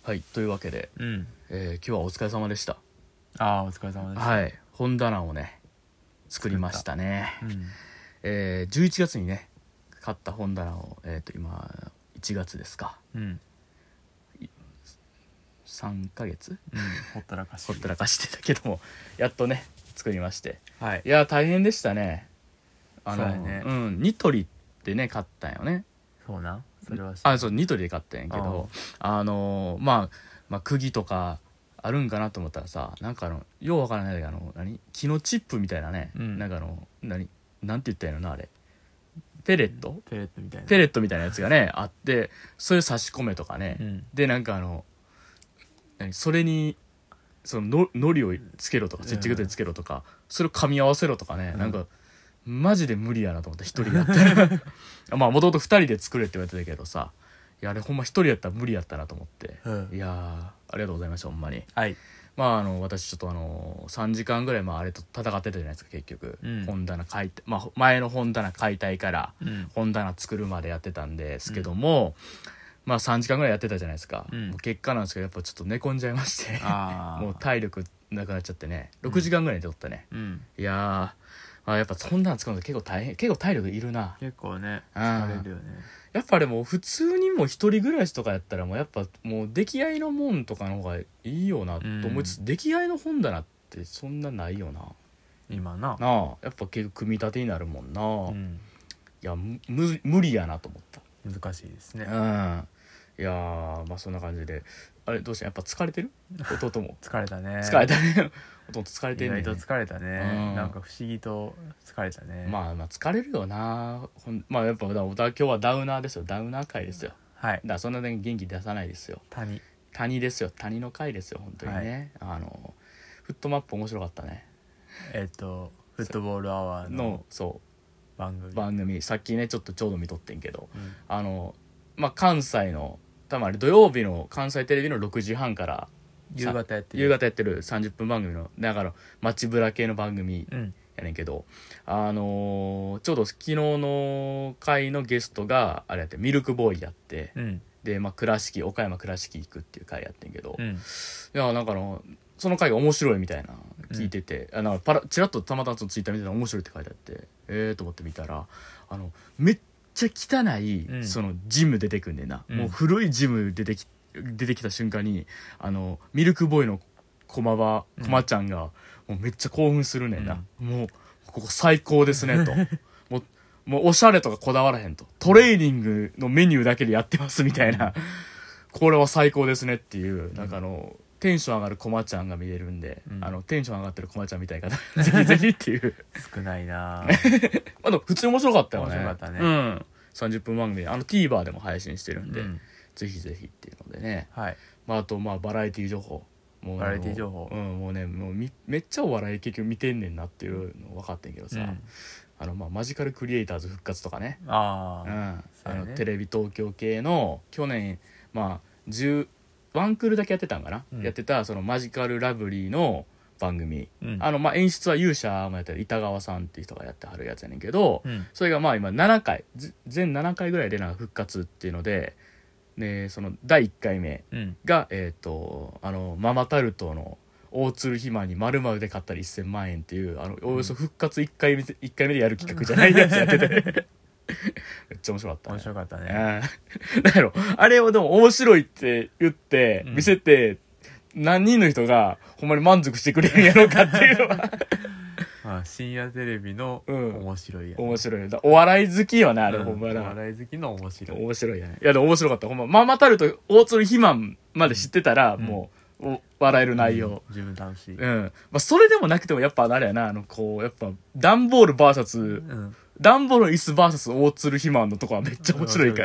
はい、というわけで、今日はお疲れ様でした。 お疲れ様でした。 はい、本棚をね作りましたね。11月にね買った本棚を、今1月ですか、3ヶ月、 ほったらかしほったらかしてたけどもやっとね作りまして、 はい、 いや大変でしたね。 そうやね、 ニトリってね買ったんよね。 そうな、それはそうニトリで買ったんやけど、まあ釘とかあるんかなと思ったらさ、なんかようわからないけど木のチップみたいなね、なんかなんて言ったんやろな、あれペレットみたいなやつがねあって、それ差し込めとかね、でなんかそれにそののりをつけろとか接着剤つけろとか、それを噛み合わせろとかね、なんかマジで無理やなと思って、一人やったらまあもともと2人で作れって言われてたけどさ、いやあれほんま一人やったら無理やったなと思って、いやありがとうございました、ほんまに。 はい。 まあ私ちょっと3時間ぐらいあれと戦ってたじゃないですか結局、本棚買い、前の本棚解体から、本棚作るまでやってたんですけども、3時間ぐらいやってたじゃないですか、もう結果なんですけどやっぱちょっと寝込んじゃいましてもう体力なくなっちゃってね、6時間ぐらいで撮ったね、いややっぱ本棚作るの結構大変、結構体力いるな。 結構ね疲れるよね。 やっぱでも普通にもう一人暮らしとかやったらもうやっぱもう出来合いのもんとかの方がいいよなと思いつつ、出来合いの本棚ってそんなないよな今な。 やっぱ結構組み立てになるもんな、いや無理やなと思った。 難しいですね。 いやそんな感じで、あれどうした、やっぱ疲れてる弟も疲れたね弟疲れてんねんね。 意外と疲れたね、なんか不思議と疲れたね。 疲れるよな。やっぱ今日はダウナーですよ、ダウナー回ですよ。 はい。 だからそんなに元気出さないですよ。谷ですよ、谷の回ですよ本当にね、フットマップ面白かったね。 フットボールアワーのそう番組さっきねちょうど見とってんけど、関西の多分あれ土曜日の関西テレビの6時半から夕方やってる30分番組のだから街ブラ系の番組やねんけど、ちょうど昨日の回のゲストがあれやってミルクボーイやって、で岡山倉敷行くっていう回やってんけど、いやなんかその回が面白いみたいな聞いてて、チラッとたまたまツイッター見てたら面白いって書いてあってと思って見たらめっちゃ汚い、そのジム出てくんねんな、もう古いジム出てきた瞬間にミルクボーイの駒ちゃんがもうめっちゃ興奮するねんな、もうここ最高ですねともうおしゃれとかこだわらへんと、トレーニングのメニューだけでやってますみたいな、これは最高ですねっていう、なんかテンション上がる駒ちゃんが見れるんで、テンション上がってる駒ちゃんみたい方ぜひぜひっていう少ないな普通に面白かったよね。 面白かったね。 30分番組TVer でも配信してるんで、ぜひぜひっていうのでね、あとバラエティ情報もうねめっちゃお笑い結局見てんねんなっていうの分かってんけどさ、マジカルクリエイターズ復活とかね、テレビ東京系の去年ワンクールだけやってたんかな、やってたそのマジカルラブリーの番組、演出は勇者もやってる板川さんっていう人がやってはるやつやねんけど、それが今7回全7回ぐらいで復活っていうので、その第1回目が、ママタルトの大鶴肥満に丸々で買ったら1000万円っていうおよそ復活1回目でやる企画じゃないやつやっててめっちゃ面白かった、 面白かったね。 だからあれをでも面白いって言って見せて、何人の人がほんまに満足してくれるんやろうかっていうのは深夜テレビの面白いや、 面白いお笑い好きよねあれ、ほんまなお笑い好きの面白いやね。いやでも面白かった、ほんまママタルト大鶴肥満まで知ってたら、もう笑える内容、 十分楽しい。 それでもなくてもやっぱあれやな、やっぱ段ボール VS、段ボールの椅子 VS 大鶴肥満のとこはめっちゃ面白いから、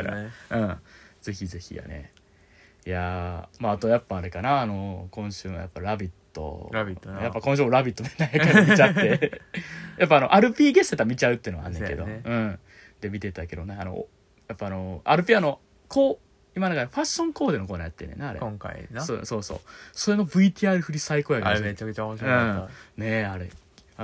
ぜひぜひやね。いやあとやっぱあれかな、今週のやっぱラビットな、 やっぱ今週もラビット何回も見ちゃってやっぱRP ゲストやったら見ちゃうっていうのはあんねんけど、で見てたけどね、やっぱRP 今なんかファッションコーデのコーナーやってんねんなあれ、 今回な。 そうそれの VTR 振り最高やからあれめちゃくちゃ面白かった、 ねえあれ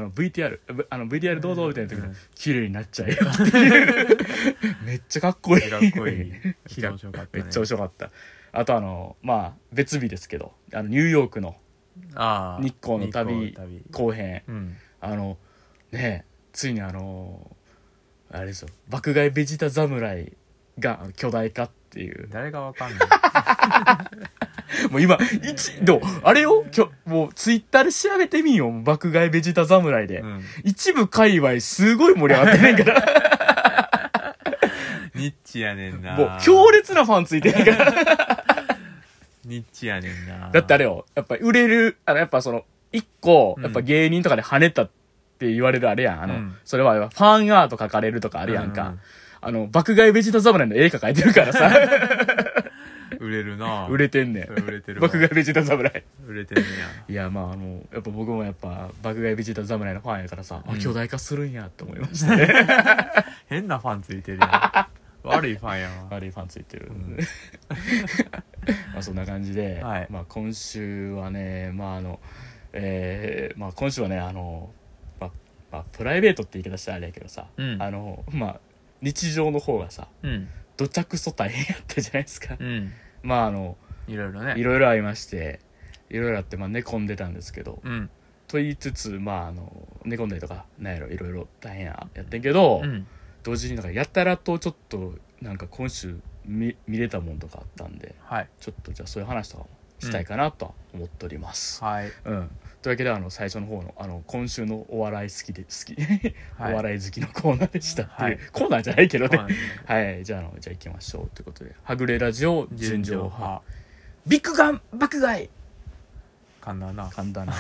VTR どうぞみたいな時に綺麗になっちゃえよっていうめっちゃかっこいいめっちゃ面白かったね。 めっちゃ面白かった。 あとまあ別日ですけどニューヨークの日光の旅後編、ねついにあれですよ、爆買いベジタ侍が巨大化っていう。 誰がわかんないもう今でもあれをもうツイッターで調べてみよう、爆買いベジタ侍で、一部界隈すごい盛り上がってんねんからニッチやねんな。 もう強烈なファンついてんねんからニッチやねんな。 だってあれよ、やっぱ売れるやっぱその一個やっぱ芸人とかで跳ねたって言われるあれやん、それはファンアート描かれるとかあるやんか、爆買いベジタ侍の絵描いてるからさ売れるな。 売れてんねん。 売れてる。 爆買いベジタ侍。 売れてんねや。いや、まあやっぱ僕もやっぱ爆買いベジタ侍のファンやからさ、巨大化するんやって思いましたね。 変なファンついてるやん。悪いファンやわ。 悪いファンついてる。まあそんな感じで、まあ今週はね、まあまあ今週はね、まあプライベートって言い方したらあれやけどさ、まあ日常の方がさ、どちゃくそ大変やったじゃないですか。まあいろいろね。 いろいろありまして、いろいろあってまあ寝込んでたんですけど、と言いつつまあ寝込んだりとかなんやろいろいろ大変やってんけど、同時になんかやたらとちょっとなんか今週見れたもんとかあったんで、ちょっとじゃあそういう話とかもしたいかなとは思っております。というわけで最初の方の今週のお笑い好きお笑い好きのコーナーでしたっていう、コーナーじゃないけどね。じゃあ行きましょうということで、はぐれラジオ純情派ビッグガン爆買い。 噛んだな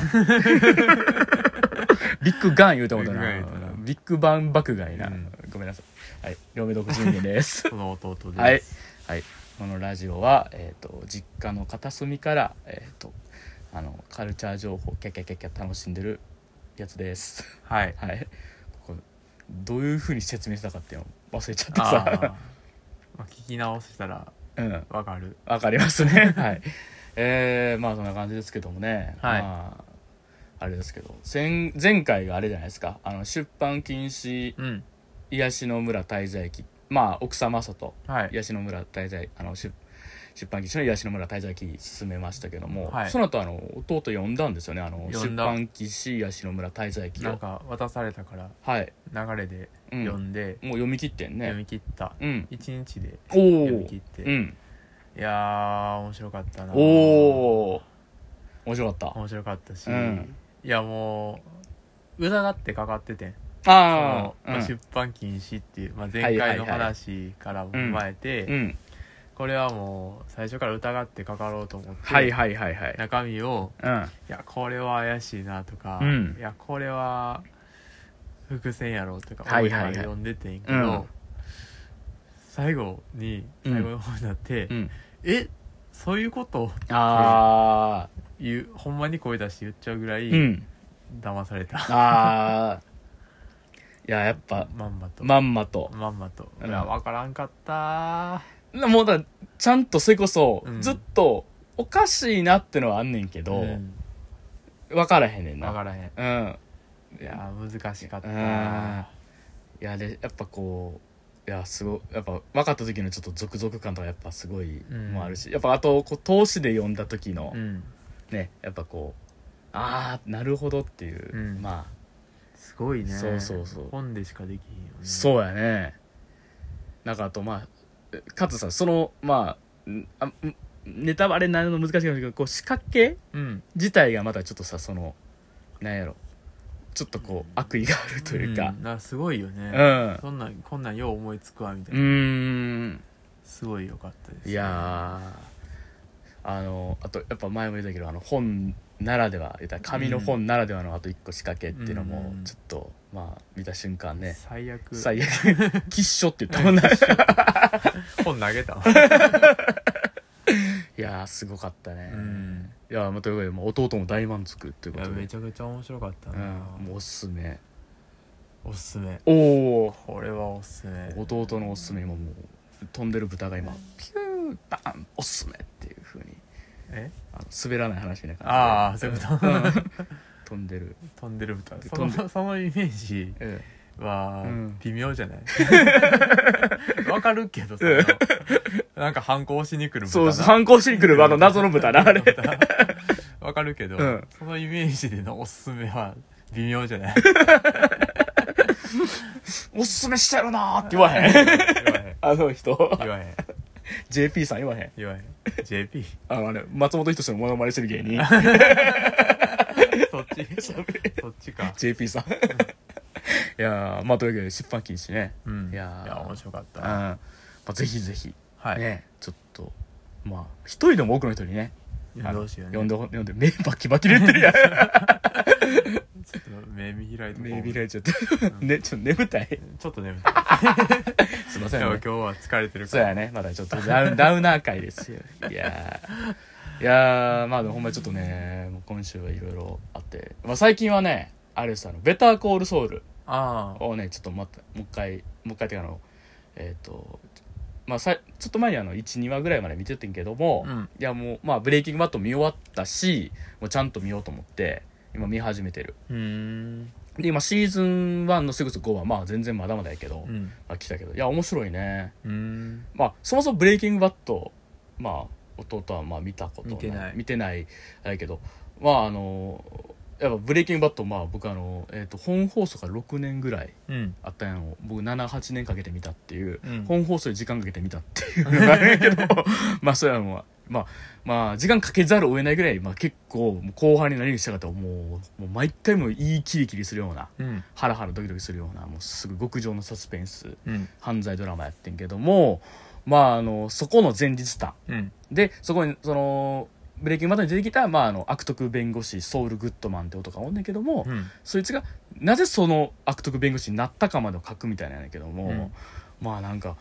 ビッグガン言うたことなビッグバン爆買いな、ごめんなさい。両目独自人間ですその弟です。 このラジオは実家の片隅からカルチャー情報キャキャキャキャ楽しんでるやつです。どういう風に説明したかっていうのを忘れちゃってさ聞き直したらわかりますね。まあそんな感じですけどもね、まああれですけど前回があれじゃないですか、出版禁止、癒しの村滞在記、まあ奥様と癒しの村滞在出版禁止の癒しの村滞在記進めましたけども、その後弟読んだんですよね、出版禁止癒しの村滞在記をなんか渡されたから流れで読んで、 もう読み切ってんね。 読み切った、1日で読み切って、いやー面白かったな。 面白かったし、いやもう疑ってかかっててん、出版禁止っていう、前回の話からも踏まえて、これはもう最初から疑ってかかろうと思って、中身を、いやこれは怪しいなとか、いやこれは伏線やろうとか思いながら読んでてんけど、最後の方になって、そういうことってほんまに声出して言っちゃうぐらい、騙された。 いややっぱまんまといや分からんかった。 もうちゃんとそれこそ、ずっとおかしいなってのはあんねんけど、分からへんねんな。 いや難しかった。 いやでやっぱこう、いやすごいやっぱ分かった時のちょっとゾクゾク感とかやっぱすごいもあるし、やっぱあと投資で読んだ時の、ねやっぱこうなるほどっていう、まあすごいね。 そう本でしかできひんよね。 そうやね。なんかあとまあかつさ、そのまあネタバレになるの難しいかもしれないけど、こう仕掛け、自体がまたちょっとさ、そのなんやろちょっとこう悪意があるというか、 すごいよね。こんなんよう思いつくわみたいな。すごい良かったです、 いやあとやっぱ前も言ったけど本ならでは言ったら紙の本ならではのあと一個仕掛けっていうのもちょっとまあ見た瞬間ね、 最悪きっしょって言ったもんな本投げたいやすごかったね。いやというわけで弟も大満足ということで、 めちゃくちゃ面白かったな。 もうおすすめ。 これはおすすめ。 弟のおすすめ今もう飛んでる豚が今ピューバンおすすめっていう風に滑らない話みたいな感じで、 そういうこと飛んでる豚、そのイメージは微妙じゃないわかるけどさ、 なんか反抗しに来る豚そうそう、反抗しに来る謎の豚な、あれ。 わかるけど、そのイメージでのおすすめは微妙じゃない？ おすすめしてるなーって言わへん。 言わへん。 あの人。 言わへん。 JP さん言わへん。 言わへん。JP？ 松本人志のモノマネしてる芸人。 そっちか。 JP さん。いやというわけで出版禁止ね。いや面白かった。 ぜひぜひ。 はい。 ね、ちょっと、一人でも多くの人にね、 どうしようね。 読んで、目バキバキで言ってるやん。ちょっと目見開いて。 目開いちゃって。ね、ちょっと眠たい。 ちょっと眠たい。 すいませんね。 今日は疲れてるから。 そうやね。まだちょっとダウナー会ですよ。いやでもほんまにちょっとね、今週はいろいろあって。最近はね、あれです、ベターコールソウルをね、ちょっともう一回っていうかちょっと前に1、2話ぐらいまで見ててんけども、いやもう、ブレイキングバット見終わったし、もうちゃんと見ようと思って、今見始めてる。で、今シーズン1のすぐそこは、全然まだまだやけど、来たけど、いや、面白いね。そもそもブレイキングバット、弟は見たことない。見てない。だけど、やっぱブレイキングバット僕本放送から6年ぐらいあったんを僕7、8年かけて見たっていう、本放送で時間かけて見たっていうのがあるんやけどそれはもう時間かけざるを得ないぐらい結構後半に何にしたかったらもう毎回もいいキリキリするような、ハラハラドキドキするようなもうすぐ極上のサスペンス、犯罪ドラマやってんけどもそこの前日談、でそこにブレイキングバットに出てきた、悪徳弁護士ソウル・グッドマンって男がおんねんけども、そいつがなぜその悪徳弁護士になったかまでを書くみたいなんやけども、なんか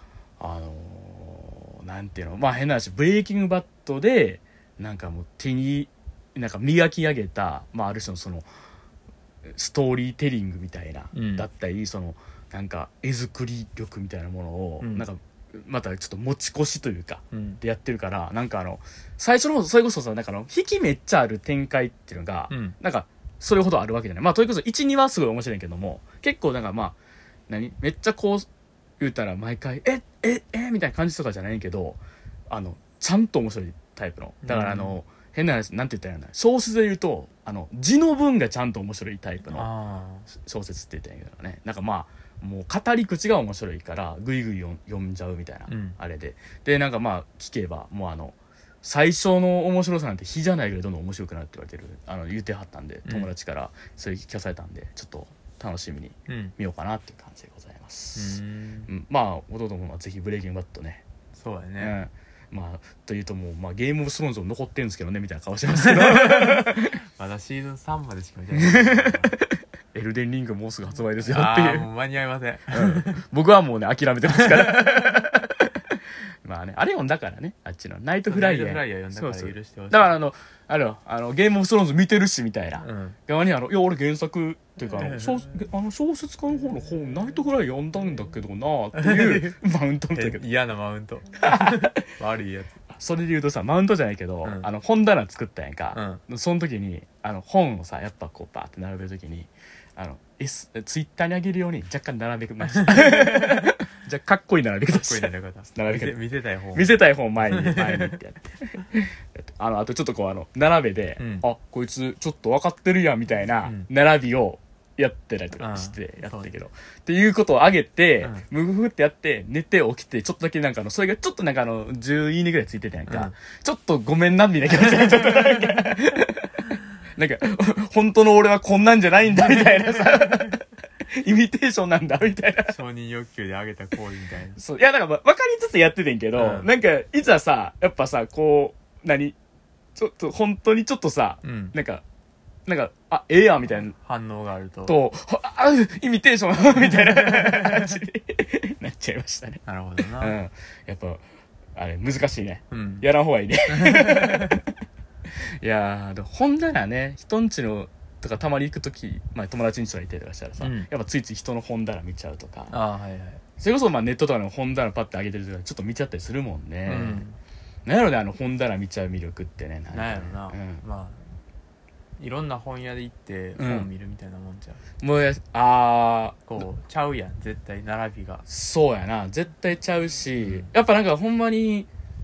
なんていうの変な話ブレイキングバットでなんかもう手になんか磨き上げた、ある種のそのストーリーテリングみたいな、だったりそのなんか絵作り力みたいなものを、なんかまたちょっと持ち越しというか、でやってるからなんか最初のそれこそさなんか引きめっちゃある展開っていうのが、なんかそれほどあるわけじゃない。ということ 1,2 はすごい面白いけども結構なんかめっちゃこう言うたら毎回みたいな感じとかじゃないけどちゃんと面白いタイプのだから変な話なんて言ったらいいの小説で言うと字の文がちゃんと面白いタイプの小説って言ったらいいんだけどね。なんかもう語り口が面白いからぐいぐい読んじゃうみたいな、あれでなんか聞けばもう最初の面白さなんて比じゃないぐらいどんどん面白くなるって言われてる言うてはったんで、友達からそれ聞かされたんでちょっと楽しみに見ようかなっていう感じでございます。弟もぜひブレイキングバットね。 そうやね。 というともうゲームオブスローンズも残ってるんですけどねみたいな顔してますけどまだシーズン3までしか見てないエルデンリングもうすぐ発売ですよっていう。 もう間に合いません、 僕はもうね諦めてますからあれ読んだからね、あっちのナイトフライヤー読んだから許してほしい。 だからゲームオブスローンズ見てるしみたいな、側にいや俺原作っていうか小説家の方の本ナイトフライ読んだんだけどなっていうマウントの時嫌なマウント悪いやつ。 それで言うとさマウントじゃないけど、本棚作ったやんか、その時に本をさやっぱこうバーって並べる時にツイッターに上げるように若干並べましたじゃあかっこいい並べ方して並べ方見せたい本前にってやってあとちょっとこう並べで、こいつちょっと分かってるやんみたいな並びをやってたりとかしてやってるけど、っていうことを上げてムフフってやって寝て起きてちょっとだけなんかそれがちょっとなんか10いいねぐらいついてたやんか、ちょっとごめんなみたいな気持ちになっちゃったなんか本当の俺はこんなんじゃないんだみたいなさイミテーションなんだみたいな承認欲求で上げた行為みたいな。 そういやだから分かりつつやっててんけど、なんかいざさやっぱさこうちょっと本当にちょっとさ、なんかええやんみたいな反応があるとイミテーションみたいな感じでなっちゃいましたね。 なるほどな、 やっぱあれ難しいね、やらんほうがいいねいやでも本棚ね人んちのとかたまに行くとき、友達んちとかいたりとかしたらさ、やっぱついつい人の本棚見ちゃうとか、それこそネットとかの本棚パッて上げてるとかちょっと見ちゃったりするもんね、なんやろね本棚見ちゃう魅力ってね。 なんやろな、いろんな本屋で行って本見るみたいなもんじゃん、 もうこうちゃうやん絶対並びが。 そうやな絶対ちゃうし、やっぱなんかほんまに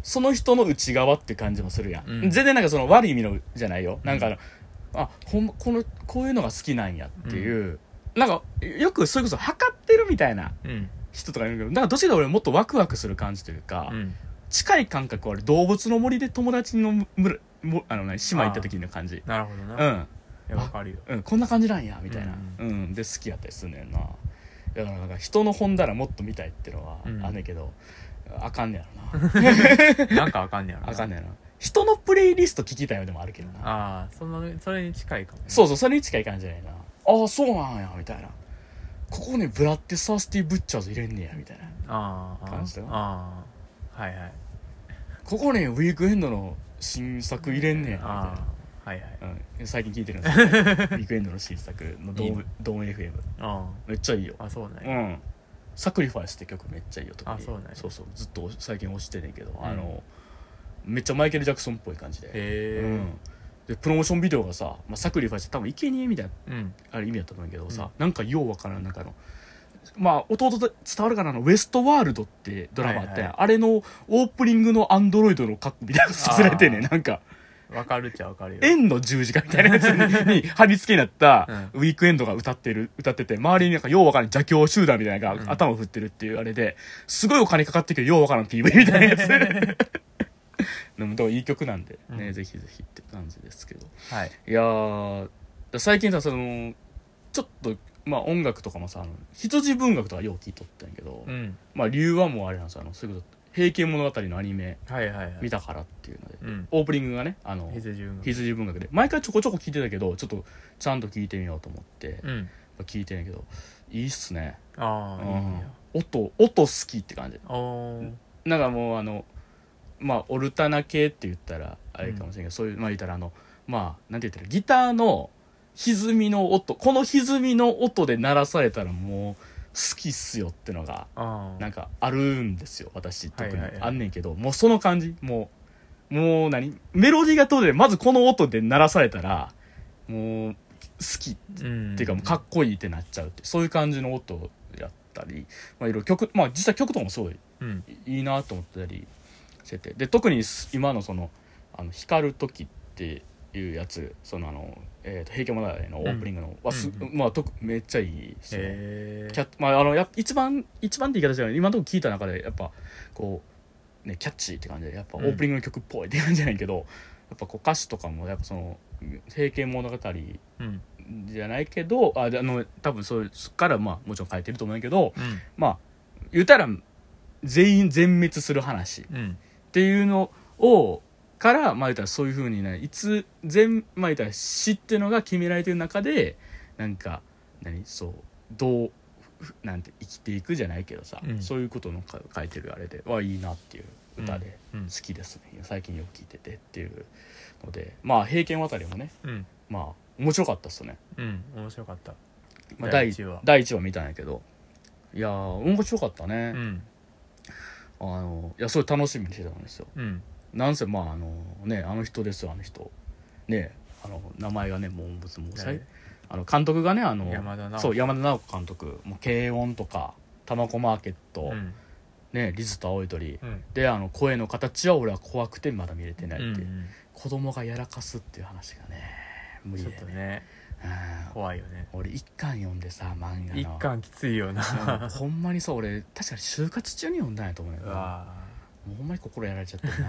その人の内側って感じもするやん、 うん、 全然なんかその悪い意味のじゃないよ、なんかこういうのが好きなんやっていう、なんかよくそれこそ測ってるみたいな人とかいるけど、なんかどちらか俺もっとワクワクする感じというか、近い感覚は動物の森で友達の姉妹行った時の感じ。 なるほどな。 うん、 わかるよ。 こんな感じなんやみたいな、で好きやったりすんねんな。だからなんか人の本棚もっと見たいっていうのはあんねんけど、あかんねやろな。 なんかあかんねやろな。 あかんねやろな。人のプレイリスト聞きたいのでもあるけどな。それに近いかも、ね。 そう、それに近い感じじゃないな。そうなんやみたいな。ここにブラッディ・サースティ・ブッチャーズ入れんねやみたいな感じだよ。 はいはい。 ここにウィークエンドの新作入れんねやみたいな。 はいはい、 最近聞いてるんですけどウィークエンドの新作のドーン FM めっちゃいいよ。 そうね。 サクリファイスって曲めっちゃいいよ。特にそうね。 そうずっと最近推してんねんけど、めっちゃマイケル・ジャクソンっぽい感じで、でプロモーションビデオがさ、サクリファイス多分いけにえみたいな、あれ意味だったと思うけどさ、なんかようわからん、なんか弟で伝わるかな、ウエストワールドってドラマあって、あれのオープニングのアンドロイドの格好みたいなのさせられてね、なんかわかるっちゃわかるよ。 円の十字架みたいなやつに貼り付けになったウィークエンドが歌ってて、周りになんかようわからん邪教集団みたいなのが頭を振ってるっていうあれで、すごいお金かかってるけどようわからん PV みたいなやつでもいい曲なんでね、ぜひぜひって感じですけど、いやー最近さ、そのちょっと音楽とかもさ、羊文学とかよう聞いとったんやけど、理由はもうあれなんですよ、そういうこと平家物語のアニメ見たからっていうので、オープニングがね羊文学で毎回ちょこちょこ聞いてたけど、ちょっとちゃんと聞いてみようと思って聞いてんやけど、いいっすね。音好きって感じ。なんかもうオルタナ系って言ったらあれかもしれんけど、そういう言ったらなんて言ったらギターの歪みの音、この歪みの音で鳴らされたらもう好きっすよってのがなんかあるんですよ、私特にあんねんけど、もうその感じ、もうメロディーが通でまずこの音で鳴らされたらもう好きっていうか、もうかっこいいってなっちゃうって、そういう感じの音やったり、いろいろ曲、実際曲とかもすごいいいなと思ったりしてて、で特に今の光る時っていうやつ、平家物語のオープニングのめっちゃいいですね。一番って言い方じゃない、今のとこ聞いた中でやっぱこうねキャッチーって感じで、やっぱオープニングの曲っぽいって感じじゃないけど、やっぱこう歌詞とかもやっぱその平家物語じゃないけど、多分そっからもちろん書いてると思うんだけど、言うたら全員全滅する話っていうのをから言ったらそういう風にね、言ったら死っていうのが決められてる中で、なんかどうなんて生きていくじゃないけどさ、そういうことの書いてるあれでいいなっていう歌で好きですね、最近よく聴いててっていうので、平家渡りもね、面白かったっすね。 面白かった。 第1話見たんやけど、いや面白かったね。いやすごい楽しみにしてたんですよ。なんせあの人ですよ、あの人ね、名前がねもう監督がね山田直子監督、もう軽音とかタマコマーケット、リズと青い鳥、で声の形は俺は怖くてまだ見れてないっていう、子供がやらかすっていう話がね無理でね、 怖いよね。 俺一巻読んでさ、漫画の一巻きついよなほんまにそう、俺確かに就活中に読んだんやと思うよ。もうほんまに心やられちゃってる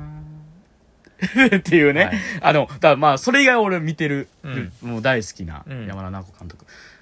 なっていうね、だからそれ以外俺見てる、もう大好きな山田直子監督、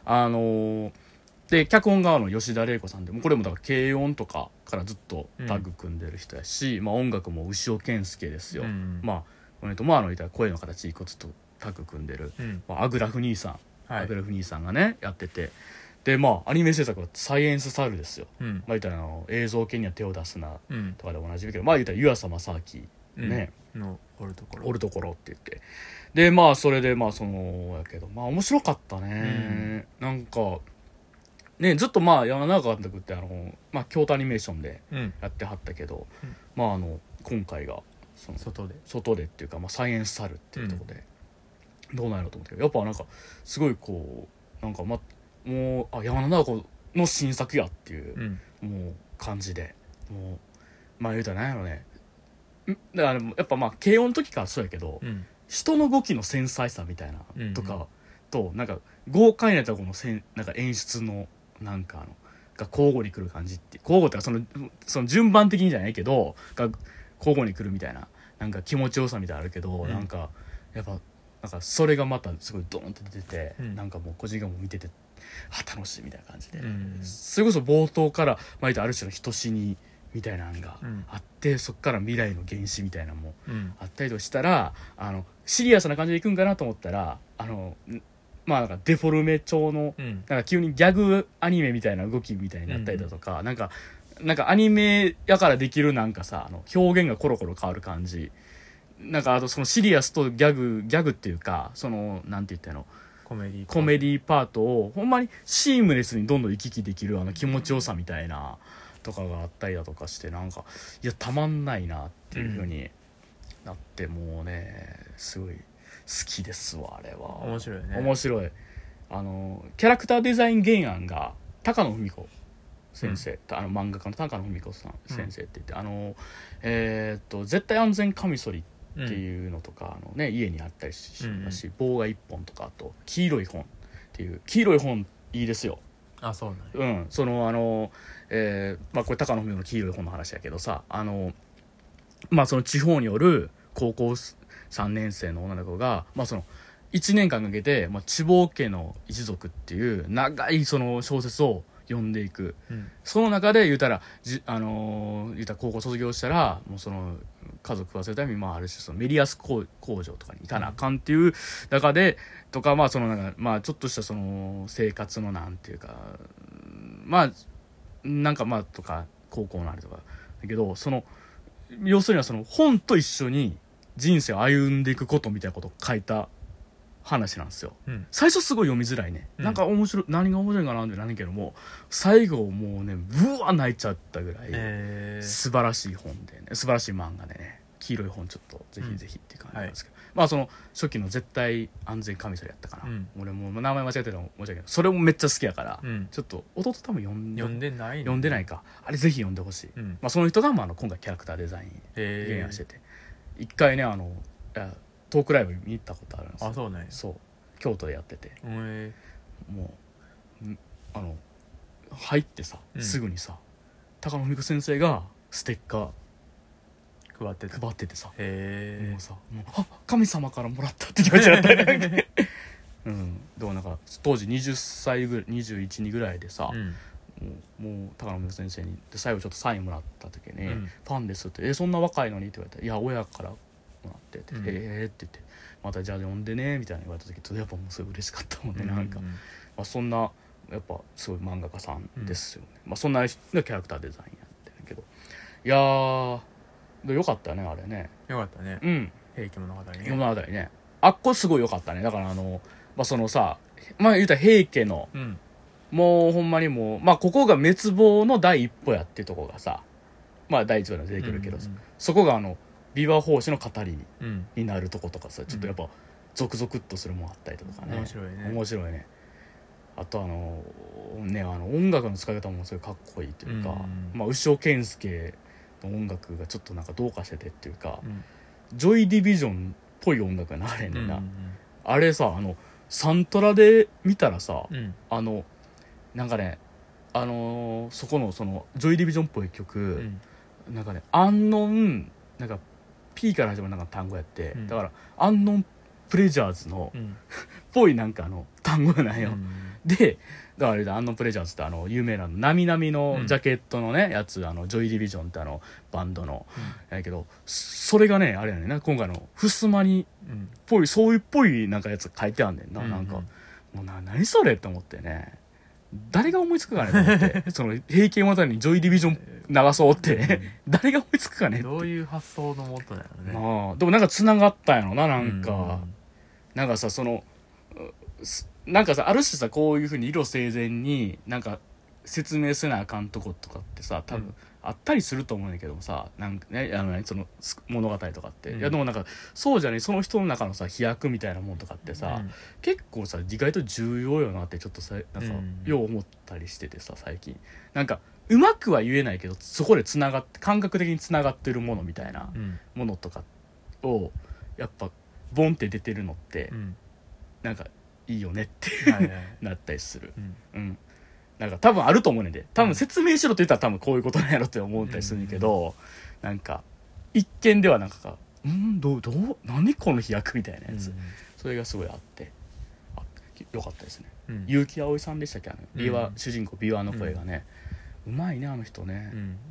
で脚本側の吉田玲子さんで、もうこれもだから軽音とかからずっとタッグ組んでる人やし、音楽も牛尾健介ですよ、これと言ったら声の形一個ずっとタッグ組んでる、アグラフ兄さんがねやってて、でアニメ制作はサイエンスサルですよ、言ったら映像系には手を出すなとかでおなじみけど、言ったら湯浅正明ね、 のおるところって言って、でそれでやけど面白かったね、なんかね、ずっと山田直子監督って京都アニメーションでやってはったけど、今回が外でっていうか、サイエンスサルっていうところで、どうなんやろうと思ったけど、やっぱなんかすごいこうなんかもう山田直子の新作やっていう、もう感じで、もう言うたら何やろね、 だからやっぱまあ慶応の時からそうやけど、 うん、 人の動きの繊細さみたいなとかと、なんか豪快なとこのなんか演出のなんかが交互に来る感じって、交互ってかその順番的にじゃないけどが交互に来るみたいな、なんか気持ちよさみたいなのあるけど、なんかやっぱなんかそれがまたすごいドーンって出てて、なんかもう個人がもう見てて楽しいみたいな感じで、それこそ冒頭からある種の人死にみたいなのがあって、そっから未来の原始みたいなのもあったりとしたら、シリアスな感じでいくんかなと思ったら、なんかデフォルメ調の、なんか急にギャグアニメみたいな動きみたいになったりだとか、なんかアニメやからできるなんかさ、表現がコロコロ変わる感じ、なんかあとそのシリアスとギャグっていうか、そのなんて言ったの、コメディパートをほんまにシームレスにどんどん行き来できる気持ちよさみたいなとかがあったりだとかして、なんかいやたまんないなっていう風になって、もうねすごい好きですわ。あれは面白いね。 面白い。キャラクターデザイン原案が高野文子先生、漫画家の高野文子さん先生って言って、絶対安全カミソリっていうのとか、家にあったりしますし、棒が1本とか、あと黄色い本っていう、黄色い本いいですよ。 あ、そうなんや。 そのこれ高野文子の黄色い本の話やけどさ、その地方による高校3年生の女の子が、その1年間かけて、千房家の一族っていう長いその小説を読んでいく、その中で言うたら高校卒業したらもうその家族を忘れるために、ある種そのメリアス工場とかに行かなあかんっていう中でとか、そのなんかちょっとしたその生活のなんていうか、なんかとか高校のあれとかだけど、その要するにはその本と一緒に人生を歩んでいくことみたいなことを書いた話なんですよ、最初すごい読みづらいね、なんか面白い、何が面白いかなってなんだけども、最後もうねブワー泣いちゃったぐらい素晴らしい本でね、素晴らしい漫画でね、黄色い本ちょっとぜひぜひっていう感じなんですけど、その初期の絶対安全カミソリやったかな、俺もう名前間違えてたの申し訳ないけど、それもめっちゃ好きやから、ちょっと弟多分読んでないか、あれぜひ読んでほしい、その人が今回キャラクターデザイン原案してて、一回ねトークライブ見に行ったことあるんですよ。 あ、そうね。 そう、京都でやってて、もう入ってさ、すぐにさ高野文子先生がステッカー配っててさ、もうさ、神様からもらったって気持ちだったでもなんか当時20歳ぐらい、21、2ぐらいでさ、もう高野文子先生に最後ちょっとサインもらった時に、ファンですってそんな若いのにって言われて、いや親からもらってって、って言って、またじゃあ読んでねみたいな言われた時、やっぱもうすごい嬉しかったもんね、なんか、そんなやっぱすごい漫画家さんですよね、そんな人がキャラクターデザインやってるけど、いやーよかったよね、あれね。 よかったね。平家物語ね。 物語ね。あっこすごいよかったね。だからそのさ、言うたら平家の、もうほんまにもう、ここが滅亡の第一歩やっていうとこがさ、第一話で出てくるけど、そこが琵琶法師の語りになるとことかさ、ちょっとやっぱゾクゾクっとするもんあったりとかね。面白いね。あと音楽の使い方もすごいかっこいいというか、牛尾健介の音楽がちょっとなんかどうかしててっていうか、ジョイディビジョンっぽい音楽が流れんねんな、あれさ、サントラで見たらさ、なんかねそこのそのジョイディビジョンっぽい曲、なんかねアンノンなんか P から始まるなんか単語やって、だからアンノンプレジャーズの、ぽいなんか単語なんよ、でだからあれだ、アンノンプレジャーズって有名ななみなみのジャケットのね、やつ、ジョイディビジョンってバンドの、やけどそれがねあれやねんな、今回のふすまにぽい、そういうっぽいなんかやつ書いてあんねんな、なんかもう何それって思ってね、誰が思いつくかねと思ってその平家物語にジョイディビジョン流そうって誰が思いつくかねって、 どういう発想のもとだよね。 でもなんか繋がったんやろな、なんか、なんかさ、そのなんかさ、ある種さ、こういう風に色整然になんか説明せなあかんとことかってさ、多分あったりすると思うんだけどもさ、なんかね、その物語とかって、いやでもなんかそうじゃね、その人の中のさ飛躍みたいなもんとかってさ、結構さ意外と重要よなってちょっとさ、なんかよう思ったりしててさ、最近なんかうまくは言えないけどそこでつながって感覚的につながってるものみたいなものとかをやっぱボンって出てるのって、なんかいいよねってなったりする、なんか多分あると思うねんで、多分説明しろって言ったら多分こういうことなんやろって思ったりするんだけど、なんか一見ではなんかどう何この飛躍みたいなやつ、それがすごいあってよかったですね。結城葵さんでしたっけ、ビワ主人公ビワの声がね、うまいねあの人ね、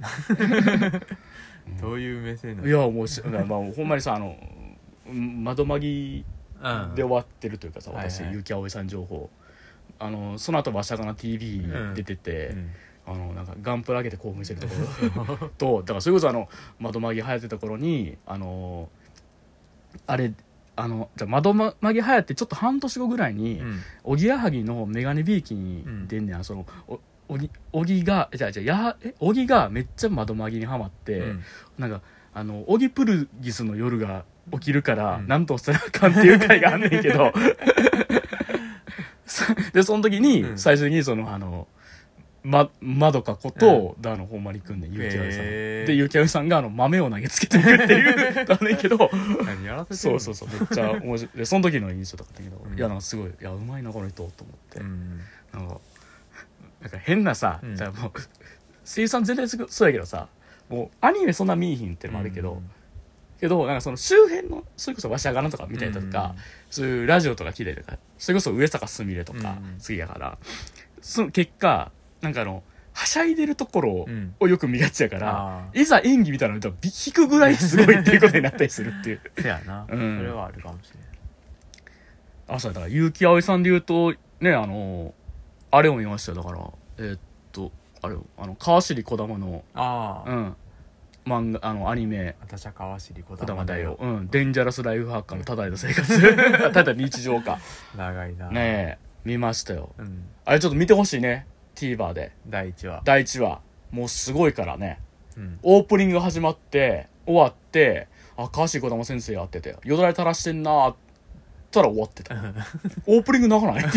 どういう目線なの？ いやもうほんまにさ窓まぎで終わってるというかさ、私結城葵さん情報その後わしゃがな TV 出てて、なんかガンプラ上げて興奮してるところとだからそれこそ窓まぎ流行ってた頃にあれじゃあ窓まぎ流行ってちょっと半年後ぐらいにおぎやはぎのメガネビーキに出んねん、そのおぎがめっちゃ窓まぎにハマって、なんかおぎプルギスの夜が起きるから、なんとしたらあかんっていう回があんねんけどでその時に最初にそのまどかことほんまに来んねん結城葵さんで、結城葵さんが豆を投げつけていくっていうだねんけど何やらせてるの？ そうめっちゃ面白いでその時の印象とかだけど、いやなんかすごい、いやうまいなこの人と思って、なんか変なさ、じゃもう声優さん全体そうやけどさ、もうアニメそんな見いひんってのもあるけど、なんかその周辺のそれこそわしゃがなとか見たりとか、そういうラジオとか聞いたりとか、それこそ上坂すみれとか好きやから、その結果なんかはしゃいでるところをよく見がちやから、いざ演技見たら引くぐらいすごいっていうことになったりするっていうせやな、それはあるかもしれない。 そうだから結城葵さんで言うとね、あれを見ましたよ。だからあれ川尻児玉の漫画アニメ私は川尻児児玉だよ、デンジャラスライフハッカーのただの生活ただ日常か長いなねえ見ましたよ、あれちょっと見てほしいね TVer で第1話もうすごいからね、オープニングが始まって終わって川尻児玉先生やっててよだれ垂らしてんなーったら終わってたオープニング長ない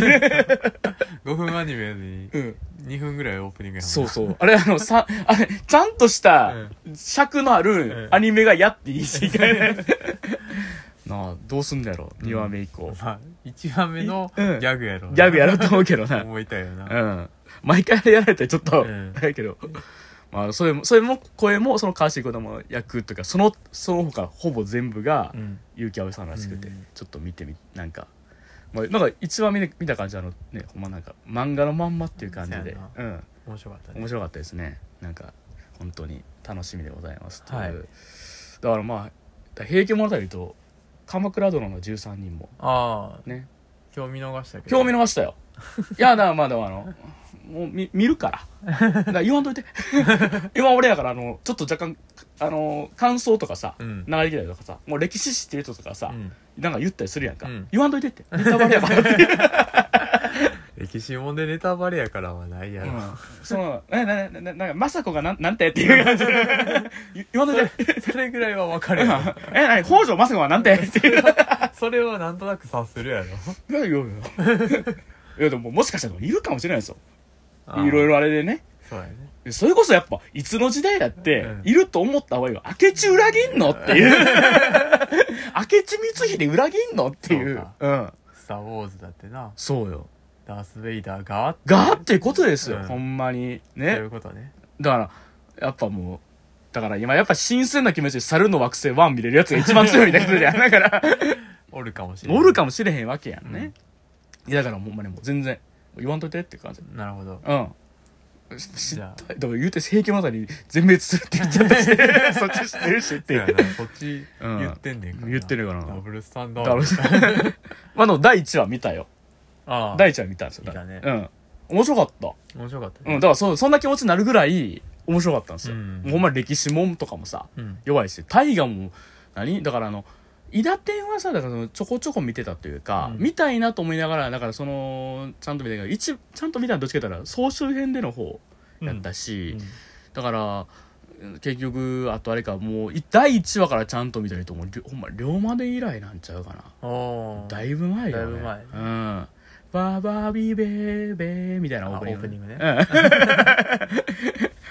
5分アニメに2分ぐらいオープニングやもんな。 そうあれちゃんとした尺のあるアニメがやっていいしなあどうすんだやろ2話目以降、 1話目のギャグやろ、 ギャグやろうと思うけどな思いたいよな、 毎回やられたらちょっとあれやけど、それも声もその川尻児玉役というかその他ほぼ全部が結城葵さんらしくて、ちょっと見てなんか一番見た感じほんまなんか漫画のまんまっていう感じで、 面白かったね。 面白かったですね。なんか本当に楽しみでございますという、だから平家物語と鎌倉殿の13人もね今日見逃したけど今日見逃したよいやだからもう見るからだから言わんといて今俺やからちょっと若干感想とかさ、流れてきたりとかさ、もう歴史知ってる人とかさ、なんか言ったりするやんか、言わんといてってネタバレやからって歴史もんでネタバレやからはないやろ、 なんか政子がなんてっていう感じ言わんといてそれぐらいは分かるよ何北条政子はなんてっていうそれはなんとなく察するやろいやでももしかしたらいるかもしれないですよ、いろいろあれでね。 そうやね。 それこそやっぱいつの時代だっていると思った方がいいよ。明智裏切んのっていう明智光秀裏切んのっていう、 スターウォーズだってな。 そうよ、 ダース・ベイダーがっていうことですよ、ほんまにね。 そういうことね。 だからやっぱもうだから今やっぱ新鮮な気持ちで猿の惑星1見れるやつが一番強いみたいなことじゃんだからおるかもしれへんわけやんね、いやだからほんまにもう全然言わんといてって感じ。 なるほど。 知っただから言うて平家物語全滅するって言っちゃったしそっち知ってるしってそっち言ってんねんから、 言ってるからな。 ダブルスタンダード第1話見たよ。第1話見たんですよ。 見たね。 面白かった。 面白かったね。 だからそんな気持ちになるぐらい面白かったんですよ。もうほんま歴史もんとかもさ、弱いし、大河もだから伊達天はさ、だからちょこちょこ見てたというか、見たいなと思いながら、だからちゃんと見たけど、ちゃんと見たのどっちかというと総集編での方やったし、だから結局あとあれか、もう第1話からちゃんと見たりと、ほんま龍馬伝以来なんちゃうかな。だいぶ前よね。だいぶ前。バーバービーベーベーみたいなオープニング。 ね。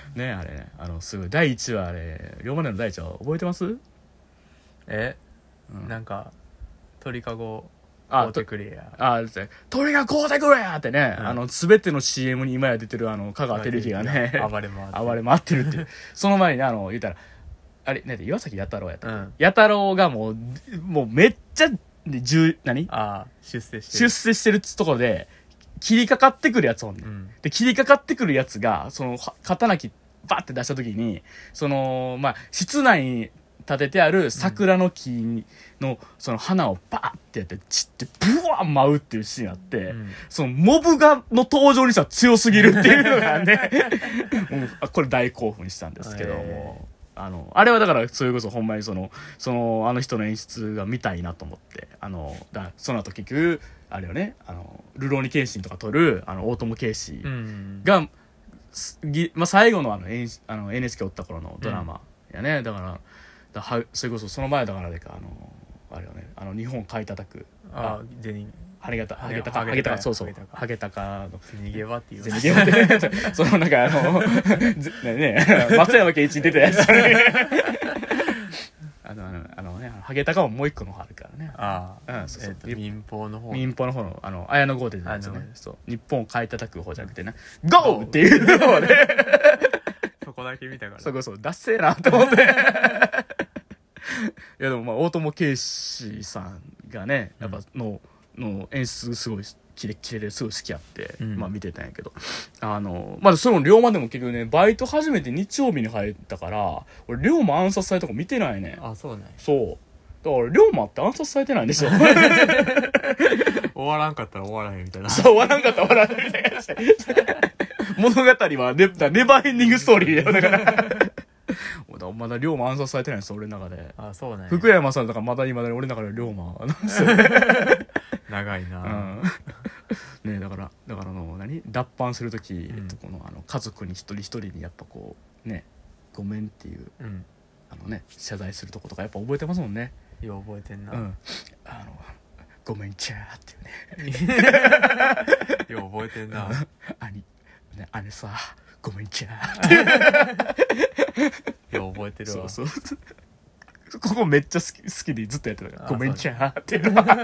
ねあれねすごい第1話あれ龍馬伝の第1話覚えてます？うん、 なんか鳥かご買うてくれや鳥が買うてくれやってね、全ての CM に今や出てる香川照之がね暴れ回ってるっていうその前にね言ったらあれね岩崎弥太郎やった、弥太郎がもうめっちゃ出世してるところで切りかかってくるやつおんねん、で切りかかってくるやつがその刀切バッて出した時に室内に立ててある桜の木のその花をバーってやって散ってブワー舞うっていうシーンあって、そのモブの登場にしたら強すぎるっていうのがねもうこれ大興奮したんですけども、あれはだからそれこそほんまにその人の演出が見たいなと思ってその後結局あれよね流浪に剣心とか撮る大友圭司が、最後のNHK おった頃のドラマやね、だからそれこそその前だからでかあれよね日本買い叩くハゲタカそうそうハゲタカの逃げ場っていう逃げ場ってそのなんか松山ケンイチに出たやつハゲタカももう一個の方あるからね民放の方の綾野剛出てたやつねそう日本を買い叩く方じゃなくてなゴーっていう方でそこだけ見たからそうダッセーなと思っていやでも大友圭司さんがねやっぱの演出すごいキレッキレですごい好きやって、見てたんやけどその龍馬でも結局ねバイト始めて日曜日に入ったから俺龍馬暗殺されたとこ見てないね。 そうね。 そうだから龍馬って暗殺されてないんでしょ終わらんかったら終わらへんみたいな。 そう終わらんかったら終わらへんみたいな物語はネバーエンディングストーリーだよだからまだ龍馬暗殺されてないんです俺の中で。 そうね。 福山さんだからまだ今だに俺の中で龍馬なんですよ長いなねだから脱藩するときとこの家族に一人一人にやっぱこうねごめんっていう謝罪するとことかやっぱ覚えてますもんね。 よう覚えてんな。 ごめんちゃーっていうねよう覚えてんな姉さごめんちゃーってよう覚えてるわ。 そうここめっちゃ好きでずっとやってたからごめんちゃーって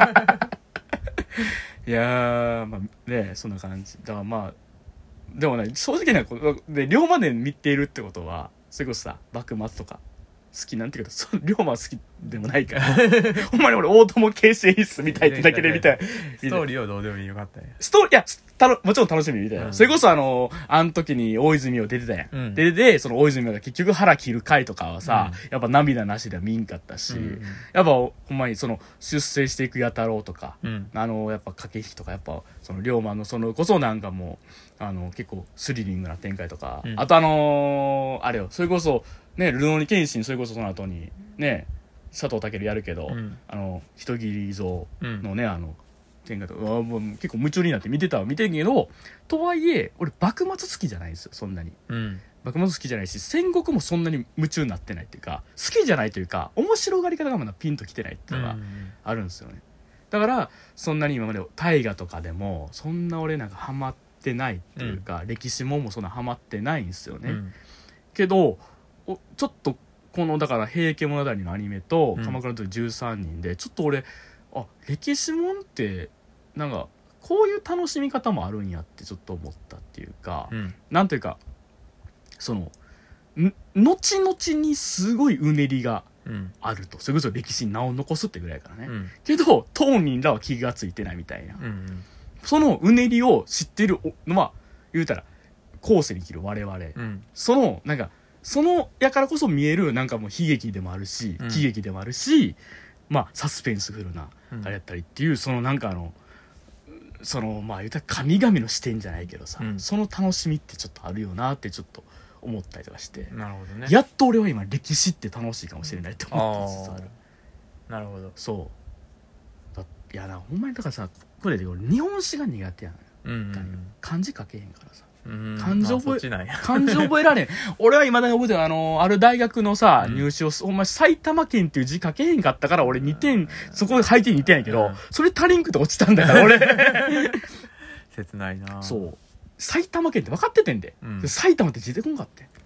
いやーそんな感じだからでもね正直なことで龍馬伝見ているってことはそれこそさ幕末とか好きなんていうか龍馬は好きでもないからほんまに俺大友圭司演出みたいってだけで見たいストーリーはどうでもよかったんや。 もちろん楽しみに見たよ、それこそあの時に大泉洋出てたやん、でその大泉洋が結局腹切る回とかはさ、やっぱ涙なしでは見んかったし、やっぱほんまにその出世していく弥太郎とか、やっぱ駆け引きとかやっぱその龍馬のそのこそなんかもう結構スリリングな展開とか、あとあれよそれこそね流浪に剣心それこそその後にね佐藤健やるけど、人斬り像のね、展開とかもう結構夢中になって見てるけど、とはいえ俺幕末好きじゃないんですよそんなに、幕末好きじゃないし戦国もそんなに夢中になってないっていうか好きじゃないというか面白がり方がまだピンときてないっていうのがあるんですよね、だからそんなに今まで大河とかでもそんな俺なんかハマってないっていうか、歴史もそんなハマってないんですよね、けどちょっとこのだから平家物語のアニメと鎌倉と13人でちょっと俺歴史もんってなんかこういう楽しみ方もあるんやってちょっと思ったっていうか、なんというかその後々にすごいうねりがあると、それこそ歴史に名を残すってぐらいからね、けど当人らは気がついてないみたいな、そのうねりを知ってるのは言うたら後世に生きる我々、そのなんかそのやからこそ見えるなんかもう悲劇でもあるし喜劇でもあるし、サスペンスフルなあれやったりっていう、そのなんかその言うたら神々の視点じゃないけどさ、その楽しみってちょっとあるよなってちょっと思ったりとかして、 なるほどね、 やっと俺は今歴史って楽しいかもしれないって思って実はなるほど。 そういやほんまにだからさこれで俺日本史が苦手やのよ、漢字書けへんからさ、漢字覚えられん俺は未だに覚えてるある大学のさ、入試をほんま埼玉県っていう字書けへんかったから俺2点、そこで配点2点やけど、それ足りんくて落ちたんだから俺切ないな。 そう埼玉県って分かっててんで、埼玉って字出てこんかって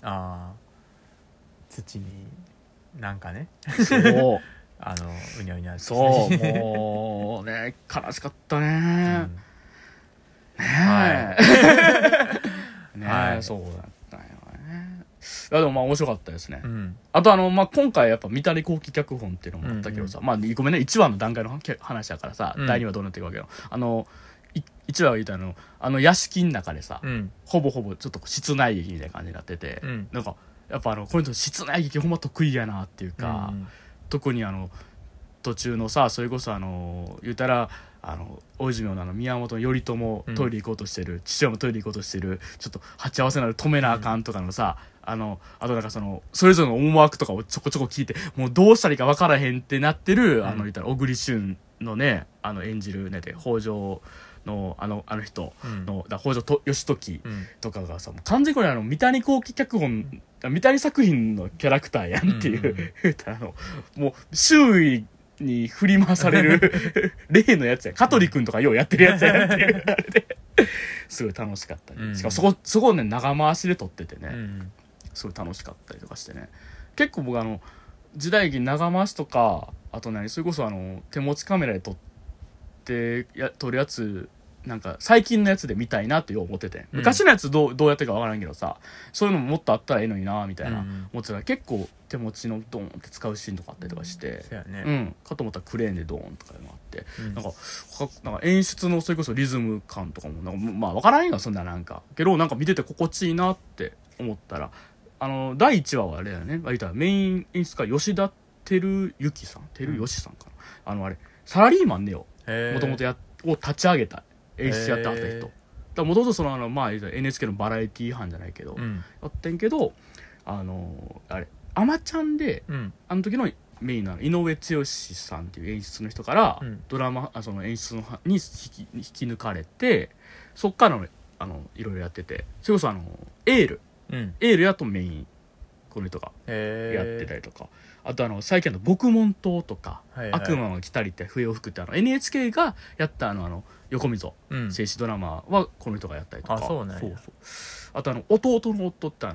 あ土になんかねそううにゃうにゃってそうもうね悲しかったね、ねえ、 はいねえ、 はい、 そうだったよね。いやでもまあ面白かったですね、 あとまあ、今回やっぱ三谷幸喜脚本っていうのもあったけどさ、まあごめんね1話の段階の話だからさ、第2話どうなっていくわけよ。1話は言うた屋敷の中でさ、ほぼほぼちょっと室内劇みたいな感じになってて、なんかやっぱこの人室内劇ほんま得意やなっていうか、特に途中のさ、それこそ言うたら大泉洋の宮本頼朝トイレ行こうとしてる、父親もトイレ行こうとしてる、ちょっと鉢合わせなら止めなあかんとかのさ、あとなんかそれぞれの思惑とかをちょこちょこ聞いて、もうどうしたらいいか分からへんってなってる、言うたら小栗旬のね演じるねで北条のあの人の、北条義時とかがさ、もう完全にこれ三谷幸喜脚本、三谷作品のキャラクターやんっていう、言うたらもう周囲に振り回される例のやつや、香取君とかようやってるやつやっていうあれですごい楽しかったり、しかもそこをね長回しで撮っててね、すごい楽しかったりとかしてね、結構僕時代劇長回しとか、あとそれこそ手持ちカメラで撮るやつ、なんか最近のやつで見たいなってよう思ってて、昔のやつどうやってるかわからんけどさ、そういうのももっとあったらいいのになみたいな思ってたら、結構手持ちのドーンって使うシーンとかあったりとかして、かと思ったらクレーンでドーンとかいうのがあって、なんか演出のそれこそリズム感とかもまあわからんよそんな、なんかけどなんか見てて心地いいなって思ったら、第1話はあれだよね、言ったらメイン演出家吉田照之さんかな、あれサラリーマンねよ、もともとを立ち上げた演出やってはった人、もともとまあ NHK のバラエティー班じゃないけど、やってんけどあれアマちゃんで、あの時のメインの井上剛さんっていう演出の人から、ドラマ演出に引き抜かれて、そっからいろいろやってて、それこそエールやとメインこの人がやってたりとか、あと最近の獄門島とか、悪魔が来たりって笛を吹くって NHK がやった横溝静止ドラマはこの人がやったりとか、 そうなんや。 あと弟の夫って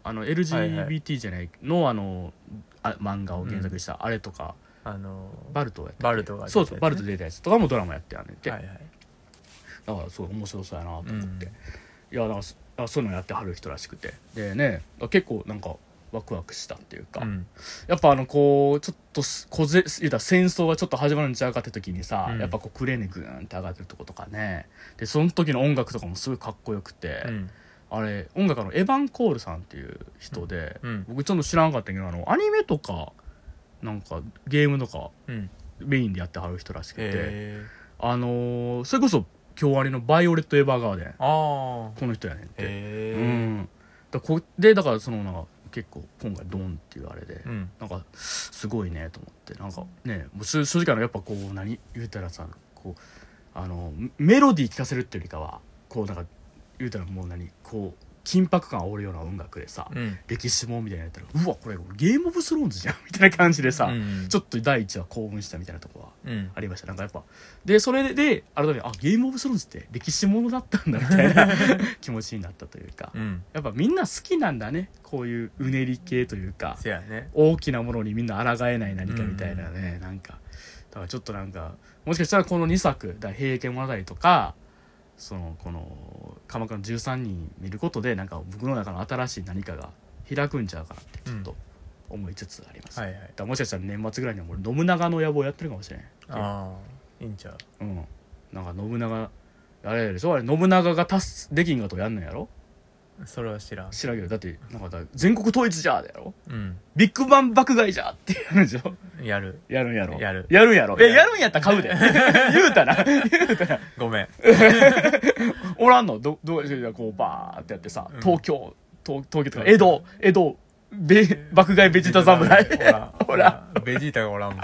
LGBT じゃないの漫画を原作したあれとか、バルトがやって、そうそうバルト出たやつとかもドラマやってやんねんて、だからすごい面白そうやなと思って、いやだからそういうのやってはる人らしくて、でね結構なんかワクワクしたっていうか、やっぱこうちょっと言うたら戦争がちょっと始まるんちゃうかって時にさ、やっぱクレーンでグーンって上がってるとことかね、でその時の音楽とかもすごいかっこよくて、あれ音楽エヴァン・コールさんっていう人で、僕ちょっと知らんかったけどアニメとかなんかゲームとかメインでやってはる人らしくて、それこそ今日あれのバイオレット・エヴァーガーデン、この人やねんって、だからなんか結構今回ドンっていうあれで、なんかすごいねと思って、なんかねもう正直やっぱこう何言うたらさ、こうメロディー聴かせるっていうよりかはこうなんか言うたらもうこう緊迫感あおるような音楽でさ、歴史もんみたいなやったら、うわこれゲームオブスローンズじゃんみたいな感じでさ、ちょっと第一話興奮したみたいなとこはありました、なんかやっぱでそれで改めてゲームオブスローンズって歴史ものだったんだみたいな気持ちになったというか、やっぱみんな好きなんだね、こういううねり系というか、大きなものにみんな抗えない何かみたいなね、なんかだからちょっとなんかもしかしたらこの2作「平家物語」とかこの「鎌倉の13人」見ることでなんか僕の中の新しい何かが開くんちゃうかなってちょっと思いつつあります、だからもしかしたら年末ぐらいにはもう信長の野望やってるかもしれないいいんちゃう。 なんか信長あれでしょ、あれ信長ができんがとやんのやろ。 それは知らんけど、だってなんか全国統一じゃーだよ、ビッグバン爆買いじゃーってやるんでしょ。 やるんやろ。 やるんやったら買うで言うたらごめんおらんのどうこうバーってやってさ、東京とか江戸爆買いベジータ侍ほらベジータがおらんもん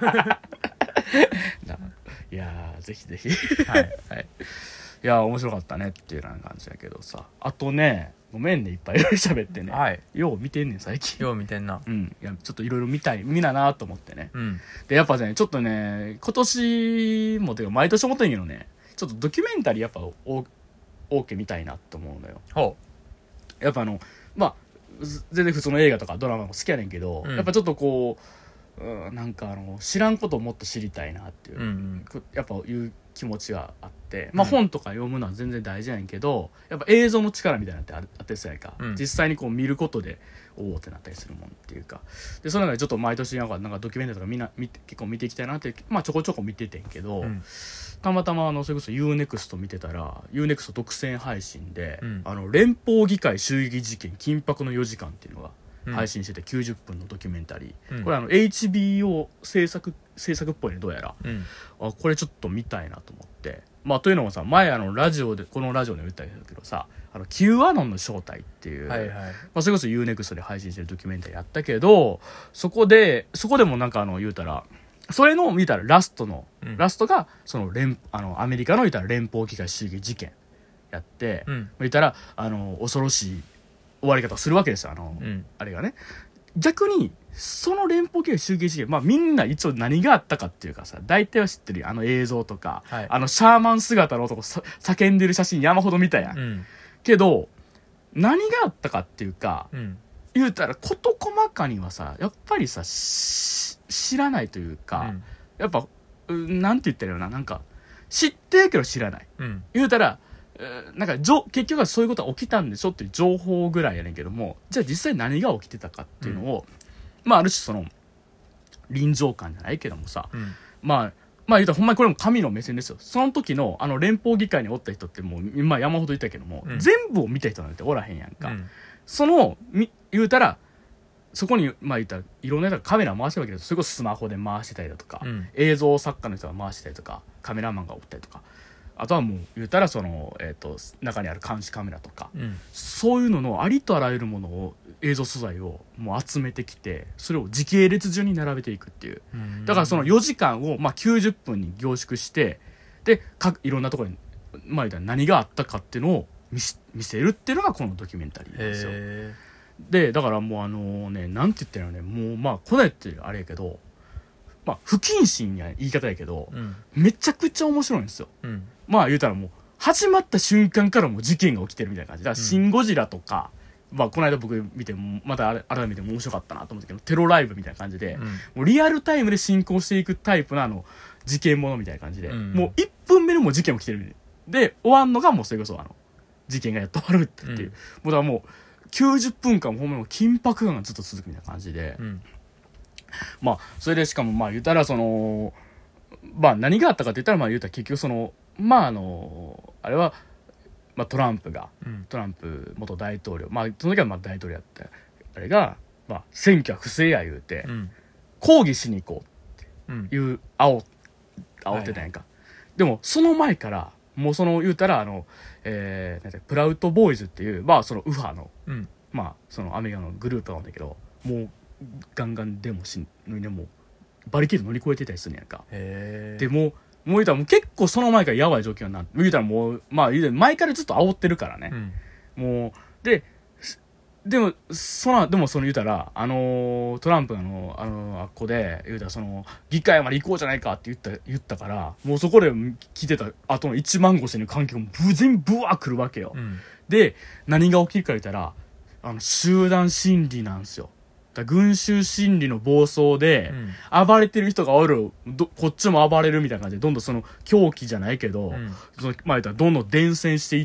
いやぜひはい、いや面白かったねっていうような感じだけどさ、あとねごめんねいっぱい喋ってね、よう見てんねん最近。 よう見てんな。 いやちょっといろいろ見ななと思ってね、でやっぱねちょっとね今年もてか毎年思ってんけどね、ちょっとドキュメンタリーやっぱ多け見たいなと思うのよ。やっぱまあ全然普通の映画とかドラマも好きやねんけど、やっぱちょっとこう、なんか知らんことをもっと知りたいなっていう、やっぱいう気持ちがあって、まあ本とか読むのは全然大事やねんけど、やっぱ映像の力みたいなのってあってそうやんか、実際にこう見ることでおおってなったりするもんっていうか、でその中でちょっと毎年なんかドキュメンタリーとか結構見ていきたいなって、まあちょこちょこ見ててんけど、たまたまそれこそ UNEXT 見てたら UNEXT 独占配信で、連邦議会襲撃事件緊迫の4時間っていうのが配信してて、90分のドキュメンタリー、これHBO 制作っぽいね、どうやら、これちょっと見たいなと思って、まあというのもさ、前このラジオで言ったけどさ、Q アノンの正体っていう、まあ、それこそ UNEXT で配信してるドキュメンタリーやったけど、そこでもなんか言うたらそれの見たらラストがそのアメリカの言うたら連邦議会襲撃事件やって、言ったら恐ろしい終わり方をするわけですよ、あれがね。逆にその連邦議会襲撃事件、まあみんな一応何があったかっていうかさ、大体は知ってるよ、映像とか、シャーマン姿の男叫んでる写真山ほど見たやん、けど何があったかっていうか、言うたら事細かにはさ、やっぱりさ知らないというか、やっぱなんて言ったらいいのかな、なんか知ってるけど知らない、言うたらなんか結局はそういうことが起きたんでしょっていう情報ぐらいやねんけども、じゃあ実際何が起きてたかっていうのを、まあある種その臨場感じゃないけどもさ、まあ言うたらほんまにこれも神の目線ですよ。その時の連邦議会におった人ってもう今山ほどいたけども、全部を見た人なんておらへんやんか、その言うたらそこにまあ言ったらいろんな人がカメラ回してるわけです。それこそスマホで回してたりだとか、映像作家の人が回してたりとか、カメラマンがおったりとか、あとはもう言うたらその、中にある監視カメラとか、そういうののありとあらゆるものを映像素材をもう集めてきて、それを時系列順に並べていくっていう、だからその4時間をまあ90分に凝縮して、でいろんなところにまあ言うたら何があったかっていうのを見せるっていうのがこのドキュメンタリーなんですよ。でだからもうなんて言ったらね、もうまあこないってあれやけど、まあ不謹慎や言い方やけど、めちゃくちゃ面白いんですよ。まあ言うたらもう始まった瞬間からもう事件が起きてるみたいな感じだから、シン・ゴジラとか、まあこの間僕見てまた改めて面白かったなと思ったけど、テロライブみたいな感じで、もうリアルタイムで進行していくタイプの事件ものみたいな感じで、もう1分目でもう事件起きてるで終わんのがもうそれこそ事件がやっと終わるっていう、もうだからもう90分間もほんまに緊迫感がずっと続くみたいな感じで、まあそれでしかもまあ言ったらそのまあ何があったかって言ったら、まあ言うたら結局そのまああれは、まあ、トランプ元大統領、まあその時はまあ大統領やったあれが、まあ選挙は不正や言うて、抗議しに行こうっていう煽ってたやんか、でもその前からもうその言うたらプラウトボーイズっていうまあその右派の、まあそのアメリカのグループなんだけど、もうガンガンデモでもバリケード乗り越えてたりするんやんか。でも言うたらもう結構その前からやばい状況になって、言うたらもうまあ前からずっと煽ってるからね、もうでもその言うたらトランプがあっこで言うたらその議会まで行こうじゃないかって言ったから、もうそこで来てた後の1万5千の観客も全部ブワー来るわけよ、で何が起きるか言ったら集団心理なんですよ。群衆心理の暴走で、暴れてる人がおる、こっちも暴れるみたいな感じで、どんどんその狂気じゃないけど、そのまあ言ったらどんどん伝染していって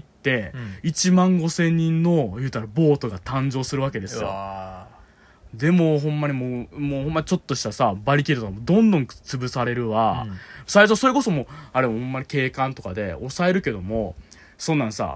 、1万5千人の言うたらボートが誕生するわけですよ。でもほんまにもうほんまちょっとしたさバリケードとかもどんどん潰されるわ、最初それこそもうあれほんまに警官とかで抑えるけども、そんなんさ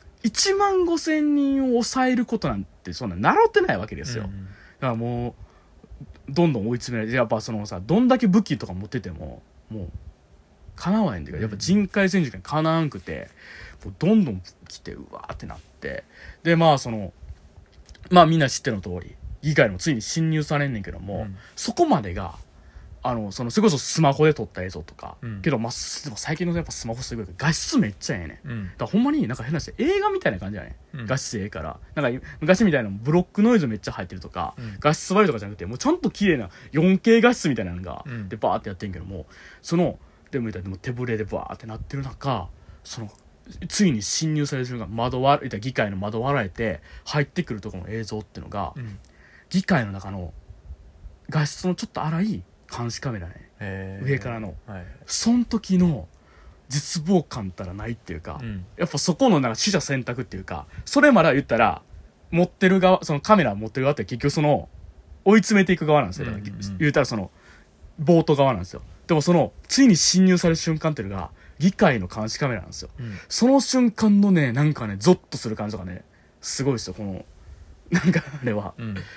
1万5千人を抑えることなんてそんな習ってないわけですよ、だからもうどんどん追い詰められて、やっぱそのさどんだけ武器とか持っててももうかなわへんっていうか、やっぱ人海戦術がかなわんくて、もうどんどん来てうわーってなって、でまあそのまあみんな知ってるの通り議会にもついに侵入されんねんけども、そこまでがそれこそスマホで撮った映像とか、けどまあでも最近のやっぱスマホすごい画質めっちゃええね、だからほんまになんか変な話映画みたいな感じだね、画質ええから、なんか昔みたいなブロックノイズめっちゃ入ってるとか、画質悪いとかじゃなくてもうちゃんと綺麗な 4K 画質みたいなのが、でバーってやってんけども、そのでも手ぶれでバーってなってる中、そのついに侵入される瞬間議会の窓割られて入ってくるところの映像っていうのが、議会の中の画質のちょっと荒い監視カメラね、上からの、その時の絶望感たらないっていうか、やっぱそこのなんか取捨選択っていうか、それまでは言ったら持ってる側、そのカメラ持ってる側って結局その追い詰めていく側なんですよ。だから言うたらそのボート側なんですよ。でもそのついに侵入される瞬間っていうのが議会の監視カメラなんですよ、その瞬間のね、なんかねゾッとする感じとかね、すごいですよ、このなんかあれは、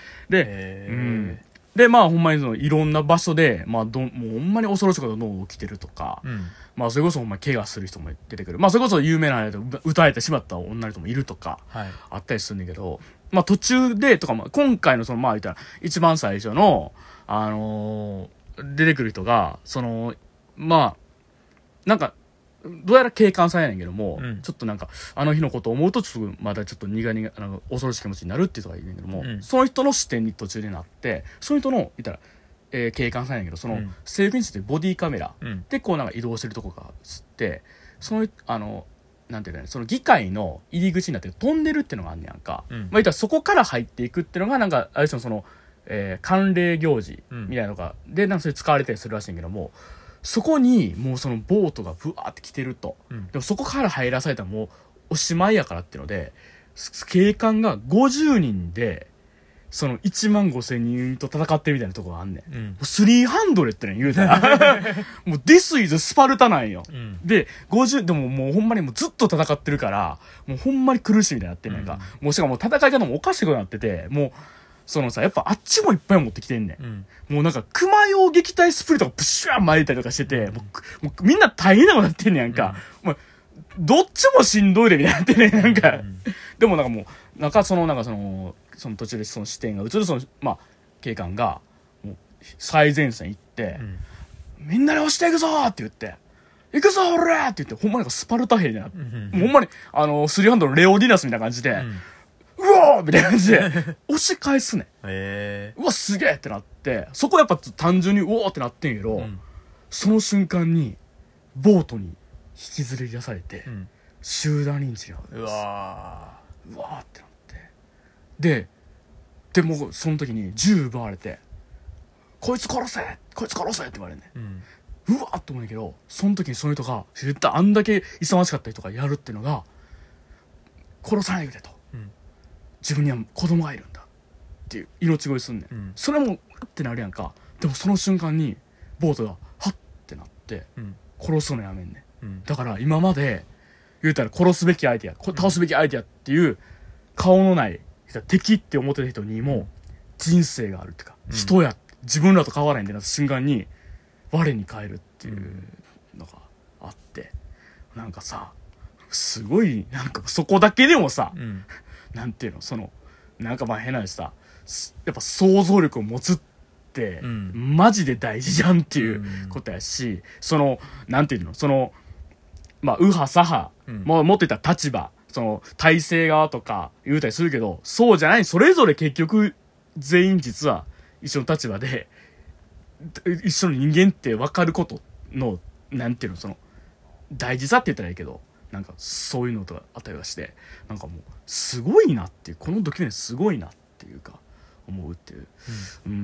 でまあほんまにそのいろんな場所で、まあ、もうほんまに恐ろしいことが起きてるとか、まあそれこそほんまに怪我する人も出てくる、まあそれこそ有名なあれで撃たれてしまった女の人もいるとか、あったりするんだけど、まあ途中でとか、まあ、今回のそのまあ言ったら一番最初の出てくる人がそのまあなんかどうやら警官さんやねんけども、ちょっとなんかあの日のことを思うとちょっとまだちょっと苦々恐ろしい気持ちになるっていう人がいるんだけども、その人の視点に途中でなって、その人の言ったら、警官さんやねんけど、その制服についてボディカメラでこうなんか移動してるとこが映って、そのなんていうのね、その議会の入り口になってるトンネルっていうのがあんねやんか、まあ言ったらそこから入っていくっていうのがなんかある種のその、慣例行事みたいなのが、でなんかそれ使われたりするらしいんやけども、そこにもうそのボートがブワーって来てると、でもそこから入らされたらもうおしまいやからっていうので、警官が50人でその15000人と戦ってるみたいなとこがあんねん、300ってね言うたらもう This is スパルタなんよ、で50でももうほんまにもうずっと戦ってるからもうほんまに苦しいみたいになってんねんか、もうしかも戦い方もおかしくなってて、もうそのさ、やっぱあっちもいっぱい持ってきてんねん。もうなんか、熊用撃退スプレーとかプシュー巻いたりとかしてて、もうみんな大変なことになってんねんやんか。もうどっちもしんどいでみたいになってね、なんか。でもなんかもう、なんかその途中でその視点が映るその、まあ、警官が、もう最前線行って、みんなで押していくぞーって言って、行くぞー俺ーって言って、ほんまになんかスパルタ兵でなって、もうほんまに、300のレオディナスみたいな感じで、うわーみたいな感じで押し返すねん。うわすげえってなって、そこやっぱ単純にうおーってなってんけど、その瞬間にボートに引きずり出されて、集団リンチがうわーってなってでもうその時に銃奪われて、こいつ殺せって言われるね、うわーって思うんだけど、その時にその人が絶対あんだけ勇ましかった人がやるっていうのが、殺さないでくれと、自分には子供がいるんだっていう命乞いすんねん、それもってなるやんか。でもその瞬間にボートがハッってなって、殺すのやめんねん、だから今まで言うたら殺すべき相手や倒すべき相手やっていう顔のない敵って思ってた人にも人生があるっていうか、人や自分らと変わらへんってなった瞬間に我に返るっていうのがあって、なんかさすごいなんかそこだけでもさ、なんていうの、そのなんかまあ変な話さ、やっぱ想像力を持つって、マジで大事じゃんっていうことやし、そのなんていうの、そのまあ右派左派、もっと言ったら立場、その体制側とか言うたりするけど、そうじゃない、それぞれ結局全員実は一緒の立場で一緒の人間って分かることのなんていうの、その大事さって言ったらいいけど、なんかそういうのとかあったりはして、なんかもうすごいなっていう、このドキュメントすごいなっていうか思うっていう、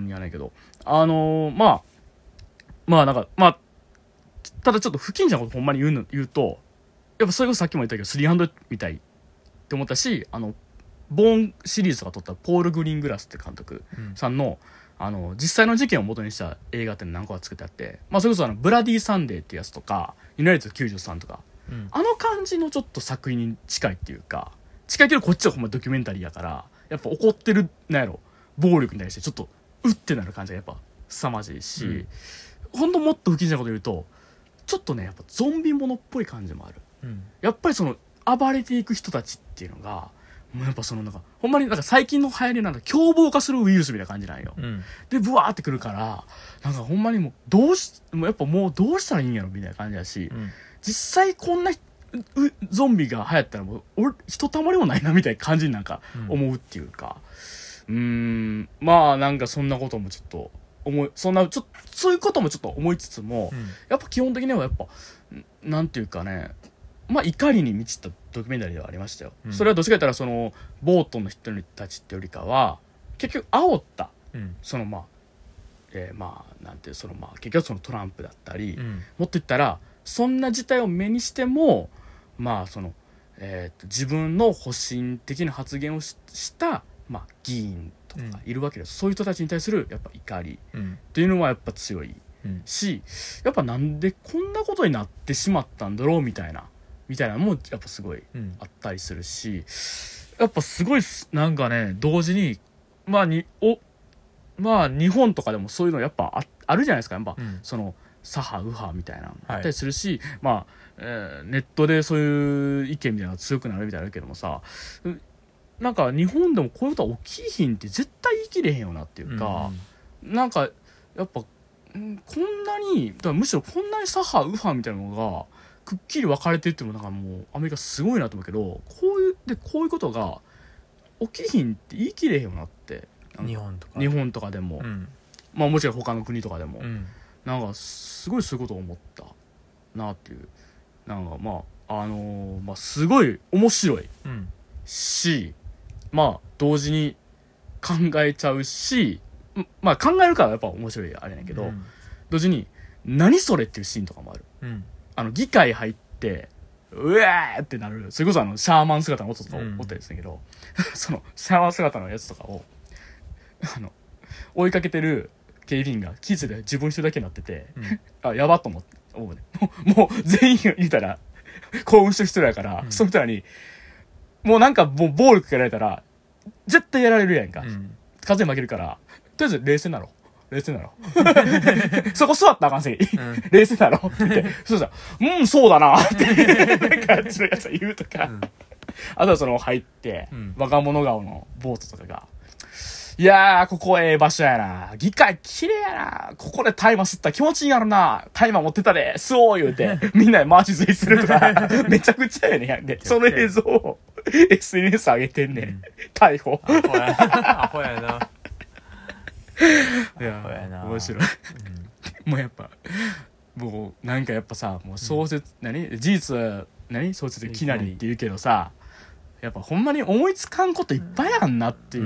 やないけど、まあなんかまあただちょっと不謹慎なことほんまに言うと、やっぱそれこそさっきも言ったけど300みたいって思ったし、ボーンシリーズが撮ったポール・グリーングラスって監督さんの、実際の事件を元にした映画って何個か作ってあって、まあそれこそブラディ・サンデーってやつとかユナイテッド93とか、あの感じのちょっと作品に近いっていうか、近いけどこっちはほんまドキュメンタリーやから、やっぱ怒ってるなんやろ暴力に対してちょっとうってなる感じがやっぱ凄まじいし、ほんともっと不謹慎なこと言うとちょっとねやっぱゾンビものっぽい感じもある、やっぱりその暴れていく人たちっていうのがもうやっぱそのなんかほんまになんか最近の流行りなんか凶暴化するウイルスみたいな感じなんよ、でブワーってくるからなんかほんまにもうやっぱもうどうしたらいいんやろみたいな感じだし、実際こんなゾンビが流行ったらもう俺ひとたまりもないなみたいな感じになんか思うっていうか、まあなんかそんなこともちょっとそういうこともちょっと思いつつも、やっぱ基本的にはやっぱなんていうかね、 まあ怒りに満ちたドキュメンタリーではありましたよ、 うん、 それはどっちかと言ったらそのボートの人たちってよりかは結局煽った、 うん、 そのまあまあなんてそのまあ結局そのトランプだったり、 うん、 もっと言ったらそんな事態を目にしてもまあその、自分の保身的な発言をした、まあ、議員とかいるわけです、そういう人たちに対するやっぱ怒りっていうのはやっぱ強いし、やっぱなんでこんなことになってしまったんだろうみたいなのもやっぱすごいあったりするし、やっぱすごいなんかね同時にまあ日本とかでもそういうのやっぱあるじゃないですか、やっぱ、その左派右派みたいなのあったりするし、まあ、ネットでそういう意見みたいなのが強くなるみたいなのあるけどもさ、なんか日本でもこういうことは起きひんって絶対言い切れへんよなっていうか、なんかやっぱこんなにだからむしろこんなに左派右派みたいなのがくっきり分かれてるっていうのもなんかもうアメリカすごいなと思うけど、こういうことが起きひんって言い切れへんよなって。日本とかでも、まあもちろん他の国とかでも、なんかすごいそういうことを思ったなっていう、なんかまあまあすごい面白いし、まあ同時に考えちゃうし、まあ考えるからやっぱ面白いあれやけど、同時に何それっていうシーンとかもある、議会入ってうわーってなる、それこそシャーマン姿の音とかおったりするけど、そのシャーマン姿のやつとかを追いかけてる警備員が気づいて自分一人だけになってて、あやばっと思うね。もう全員言ったら興奮してる人やから、その人らにもうなんかもう暴力かけられたら絶対やられるやんか、風負けるから、とりあえず冷静なろそこ座ったらあかんせ、冷静なろって言って、そうしたらそうだなってなんかやつのやつが言うとか、あとはその入って、若者顔のボートとかが、いやーここ場所やな、議会綺麗やな、ここで大麻吸ったら気持ちいいやろな、大麻持ってたでそう言うてみんなでマーチ吸いするとかめちゃくちゃやねんやんで、その映像を SNS 上げてんねん、逮捕アホやな。 いや面白いもうやっぱもうなんかやっぱさ、もう小説、事実は小説きなりって言うけどさ、やっぱほんまに思いつかんこといっぱいあんなっていう、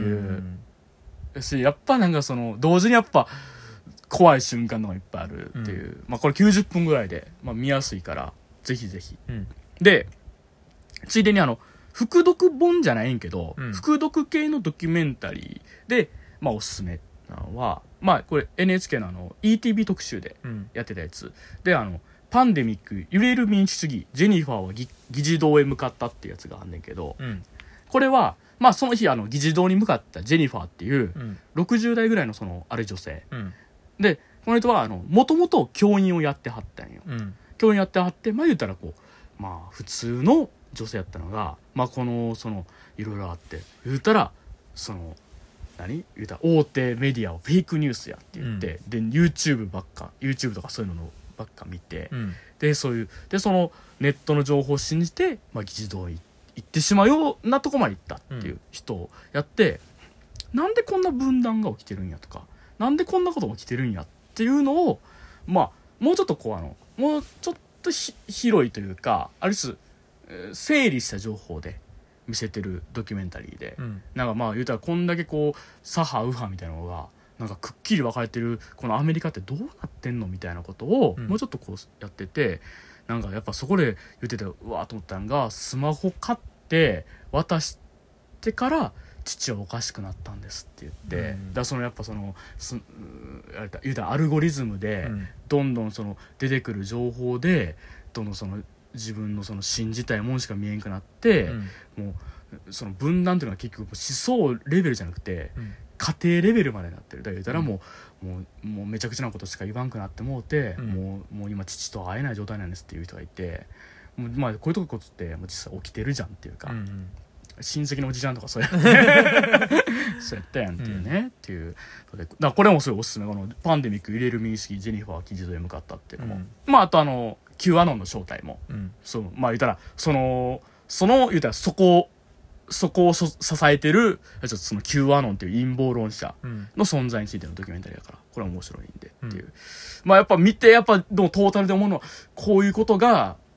し、やっぱなんかその同時にやっぱ怖い瞬間のがいっぱいあるっていう、まあこれ90分ぐらいで、まあ、見やすいからぜひぜひ、でついでに副読本じゃないんけど、副読系のドキュメンタリーでまあおすすめなのは、まあこれ NHK のETV 特集でやってたやつ、でパンデミック揺れる民主主義ジェニファーは議事堂へ向かったっていうやつがあんねんけど、これはまあその日議事堂に向かったジェニファーっていう、60代ぐらいのそのある女性、でこの人はもともと教員をやってはったんよ、教員やってはって、まあ言うたらこうまあ普通の女性やったのが、まあそのいろいろあって、言うたらその言うたら大手メディアをフェイクニュースやって言って、で YouTube とかそういうのばっか見て、でそういうでそのネットの情報を信じて、まあ、議事堂に行ってしまうようなとこまで行ったっていう人をやって、なんでこんな分断が起きてるんやとか、なんでこんなことが起きてるんやっていうのを、まあもうちょっとこうもうちょっと広いというか、ある種整理した情報で見せてるドキュメンタリーで、なんかまあ言うたらこんだけこう左派右派みたいなのがなんかくっきり分かれてるこのアメリカってどうなってんのみたいなことをもうちょっとこうやってて、なんかやっぱそこで言っててうわーと思ったのが、スマホ買って渡してから父はおかしくなったんですって言って、だからそのやっぱその言うたらアルゴリズムでどんどんその出てくる情報でどんどんその自分のその信じたいもんしか見えんくなって、もうその分断っていうのは結局思想レベルじゃなくて、家庭レベルまでになってる。だから言ったらもうめちゃくちゃなことしか言わんくなってもうて、もう今父と会えない状態なんですっていう人がいて、もうまあこういうことってもう実際起きてるじゃんっていうか、親戚のおじちゃんとかそうやってそうやったやんっていうね、っていうだからこれもすごいおすすめ、このパンデミック揺れる民主主義ジェニファーは議事堂へ向かったっていうのも、まああとQ アノンの正体も、そうまあ言ったらその言ったらそこを支えてるその Q アノンっていう陰謀論者の存在についてのドキュメンタリーだから、これは面白いんでっていう、まあやっぱ見てやっぱでもトータルで思うのはこういうことが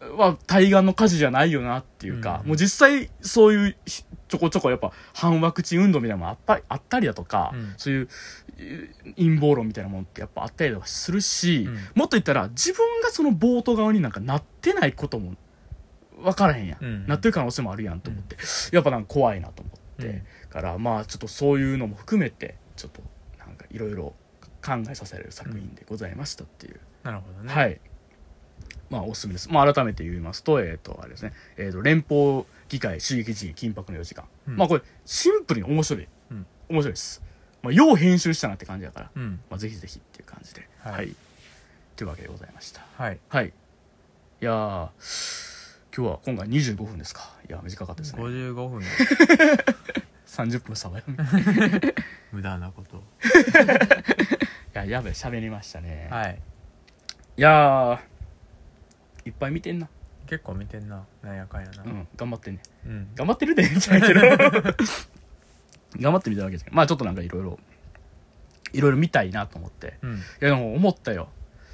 は対岸の火事じゃないよなっていうか、もう実際そういうちょこちょこやっぱ反ワクチン運動みたいなのもあったりだとか、そういう陰謀論みたいなものってやっぱあったりとかするし、もっと言ったら自分がそのボート側になんかなってないことも分からへんやん、なってる可能性もあるやんと思って、やっぱなんか怖いなと思って、からまあちょっとそういうのも含めてちょっとなんかいろいろ考えさせる作品でございましたっていう、 なるほどね。 はい、まあおすすめです。まあ改めて言いますと、あれですね、連邦議会襲撃事件緊迫の4時間。まあこれシンプルに面白い。面白いです。まあよう編集したなって感じだから、まあぜひぜひっていう感じで。はい。というわけでございました。はい。はい。いやー、今回25分ですか。いや、短かったですね。 55分。 30分差は無駄なこと。 やべえ、喋りましたね。 はい。 いやー、いっぱい見てんな。 結構見てんな、なんやかんやな。 頑張ってんね。頑張ってるでじゃないけど頑張ってみたわけですけど、まあちょっとなんかいろいろ見たいなと思って、いやでも思ったよ。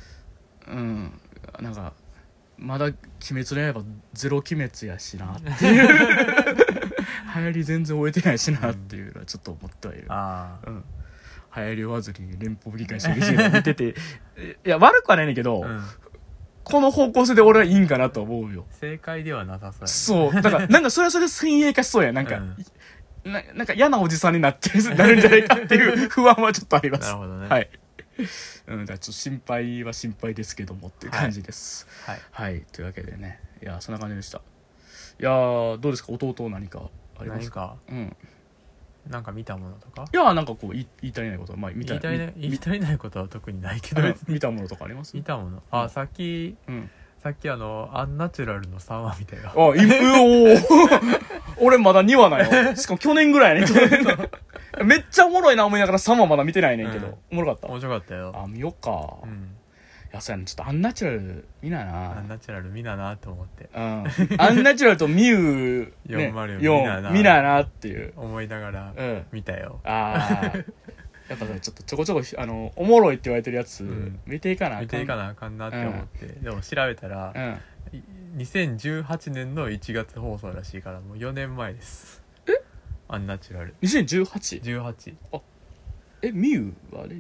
なんかまだ鬼滅の刃ゼロ鬼滅やしなっていう流行り全然終えてないしなっていうのはちょっと思ってはいる。流行り追わずに連邦議会襲撃事件見てていや悪くはないねんけど、この方向性で俺はいいんかなと思うよ。 正解ではなさそうやね。 そうだからなんかそれはそれで先鋭化しそうやなんか、なんか嫌なおじさんになるんじゃないかっていう不安はちょっとあります。 なるほどね。 はい。だからちょっと心配は心配ですけどもっていう感じです。はい。というわけでね、いやそんな感じでした。いやどうですか、弟何かありますか？ なんか見たものとか？ いやなんかこう言い足りないことは言い足りないことは特にないけど見たものとかあります？ 見たもの、さっきアンナチュラルの3話見たよ。 俺まだ2話なよ。しかも去年ぐらいやねめっちゃおもろいな思いながら3話まだ見てないねんけど、おもろかった？ 面白かったよ。 見よっか。いやそうやね、ちょっとアンナチュラル見なと思って、アンナチュラルとミュウ、ね、404見ななっていう思いながら見たよ。 やっぱちょっとちょこちょこおもろいって言われてるやつ、見ていかなあかんなって思って、でも調べたら、2018年の1月放送らしいからもう4年前です。アンナチュラル 2018？ あミュウは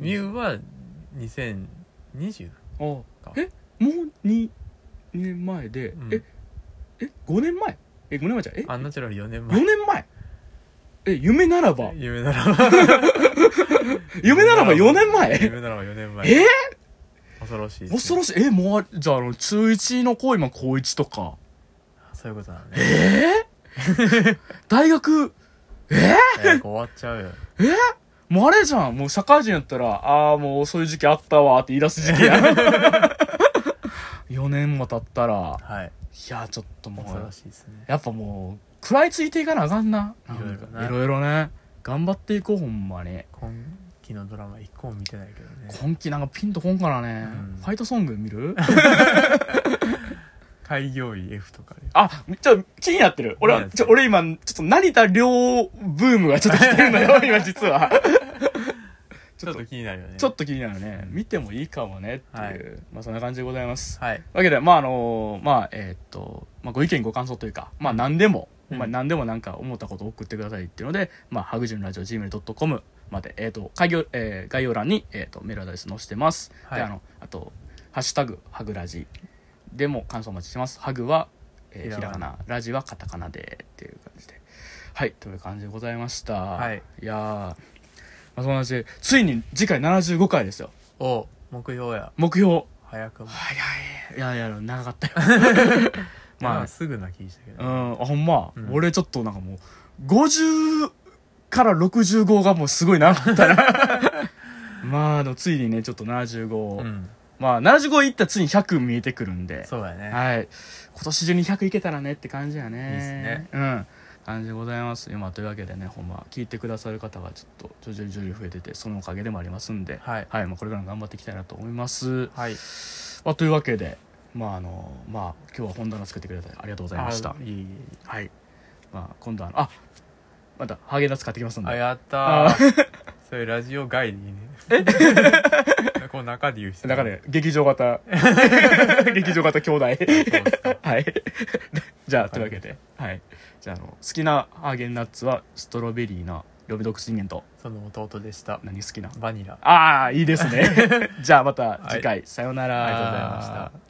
2020 もう2年前で、5年前5年前じゃアンナチュラル4年前夢ならば夢ならば 4年前恐ろしい恐ろしい。もうじゃあ中1の子今高1とかそういうことなのね。 大学終わっちゃうよ。 もうあれじゃん、もう社会人やったらもうそういう時期あったわって言い出す時期や4年も経ったら、いやちょっともう恐ろしいですね。 やっぱもう食らいついていかなあかんな。いろいろね頑張っていこう。ほんまに今期のドラマ1個も見てないけどね。 今期なんかピンとこんからね、ファイトソング見る開業医 F とかでちょっと気になってる。俺今ちょっと成田凌ブームがちょっと来てるのよ今実はちょっと気になるよね。 ちょっと気になるね。見てもいいかもねっていう、そんな感じでございます。 はい。 わけでご意見ご感想というか何でもなんか思ったことを送ってくださいっていうのでハグジュンラジオ gmail.com まで概要欄にメールアドレス載せてます。であとハッシュタグハグラジでも感想お待ちしてます。ハグはひらがな、ラジはカタカナでっていう感じで、はいという感じでございました。いやそんな感じでついに次回75回ですよ。 目標早くもいや長かったよすぐな気したけど、 ほんま、俺ちょっとなんかもう50から65がもうすごい長かったなでもついにねちょっと75、75いったらついに100見えてくるんで、 そうやね。 はい、今年中に100いけたらねって感じやね。 いいっすね。 感じでございます。というわけでね、ほんま聞いてくださる方がちょっと徐々に増えてて、そのおかげでもありますんで、これからも頑張っていきたいなと思います。というわけで今日は本棚作ってくれてありがとうございました。今度はまたハーゲンダッツ買ってきますんで。 やったーそれラジオ外でいいね。 この中で言う人中で劇場型劇場型兄弟はいじゃあというわけで、はい、じゃあ好きなハーゲンダッツはストロベリーなロビドクス人間とその弟でした。 何好きな？ バニラ。 ああいいですねじゃあまた次回、はい、さようなら。 ありがとうございました。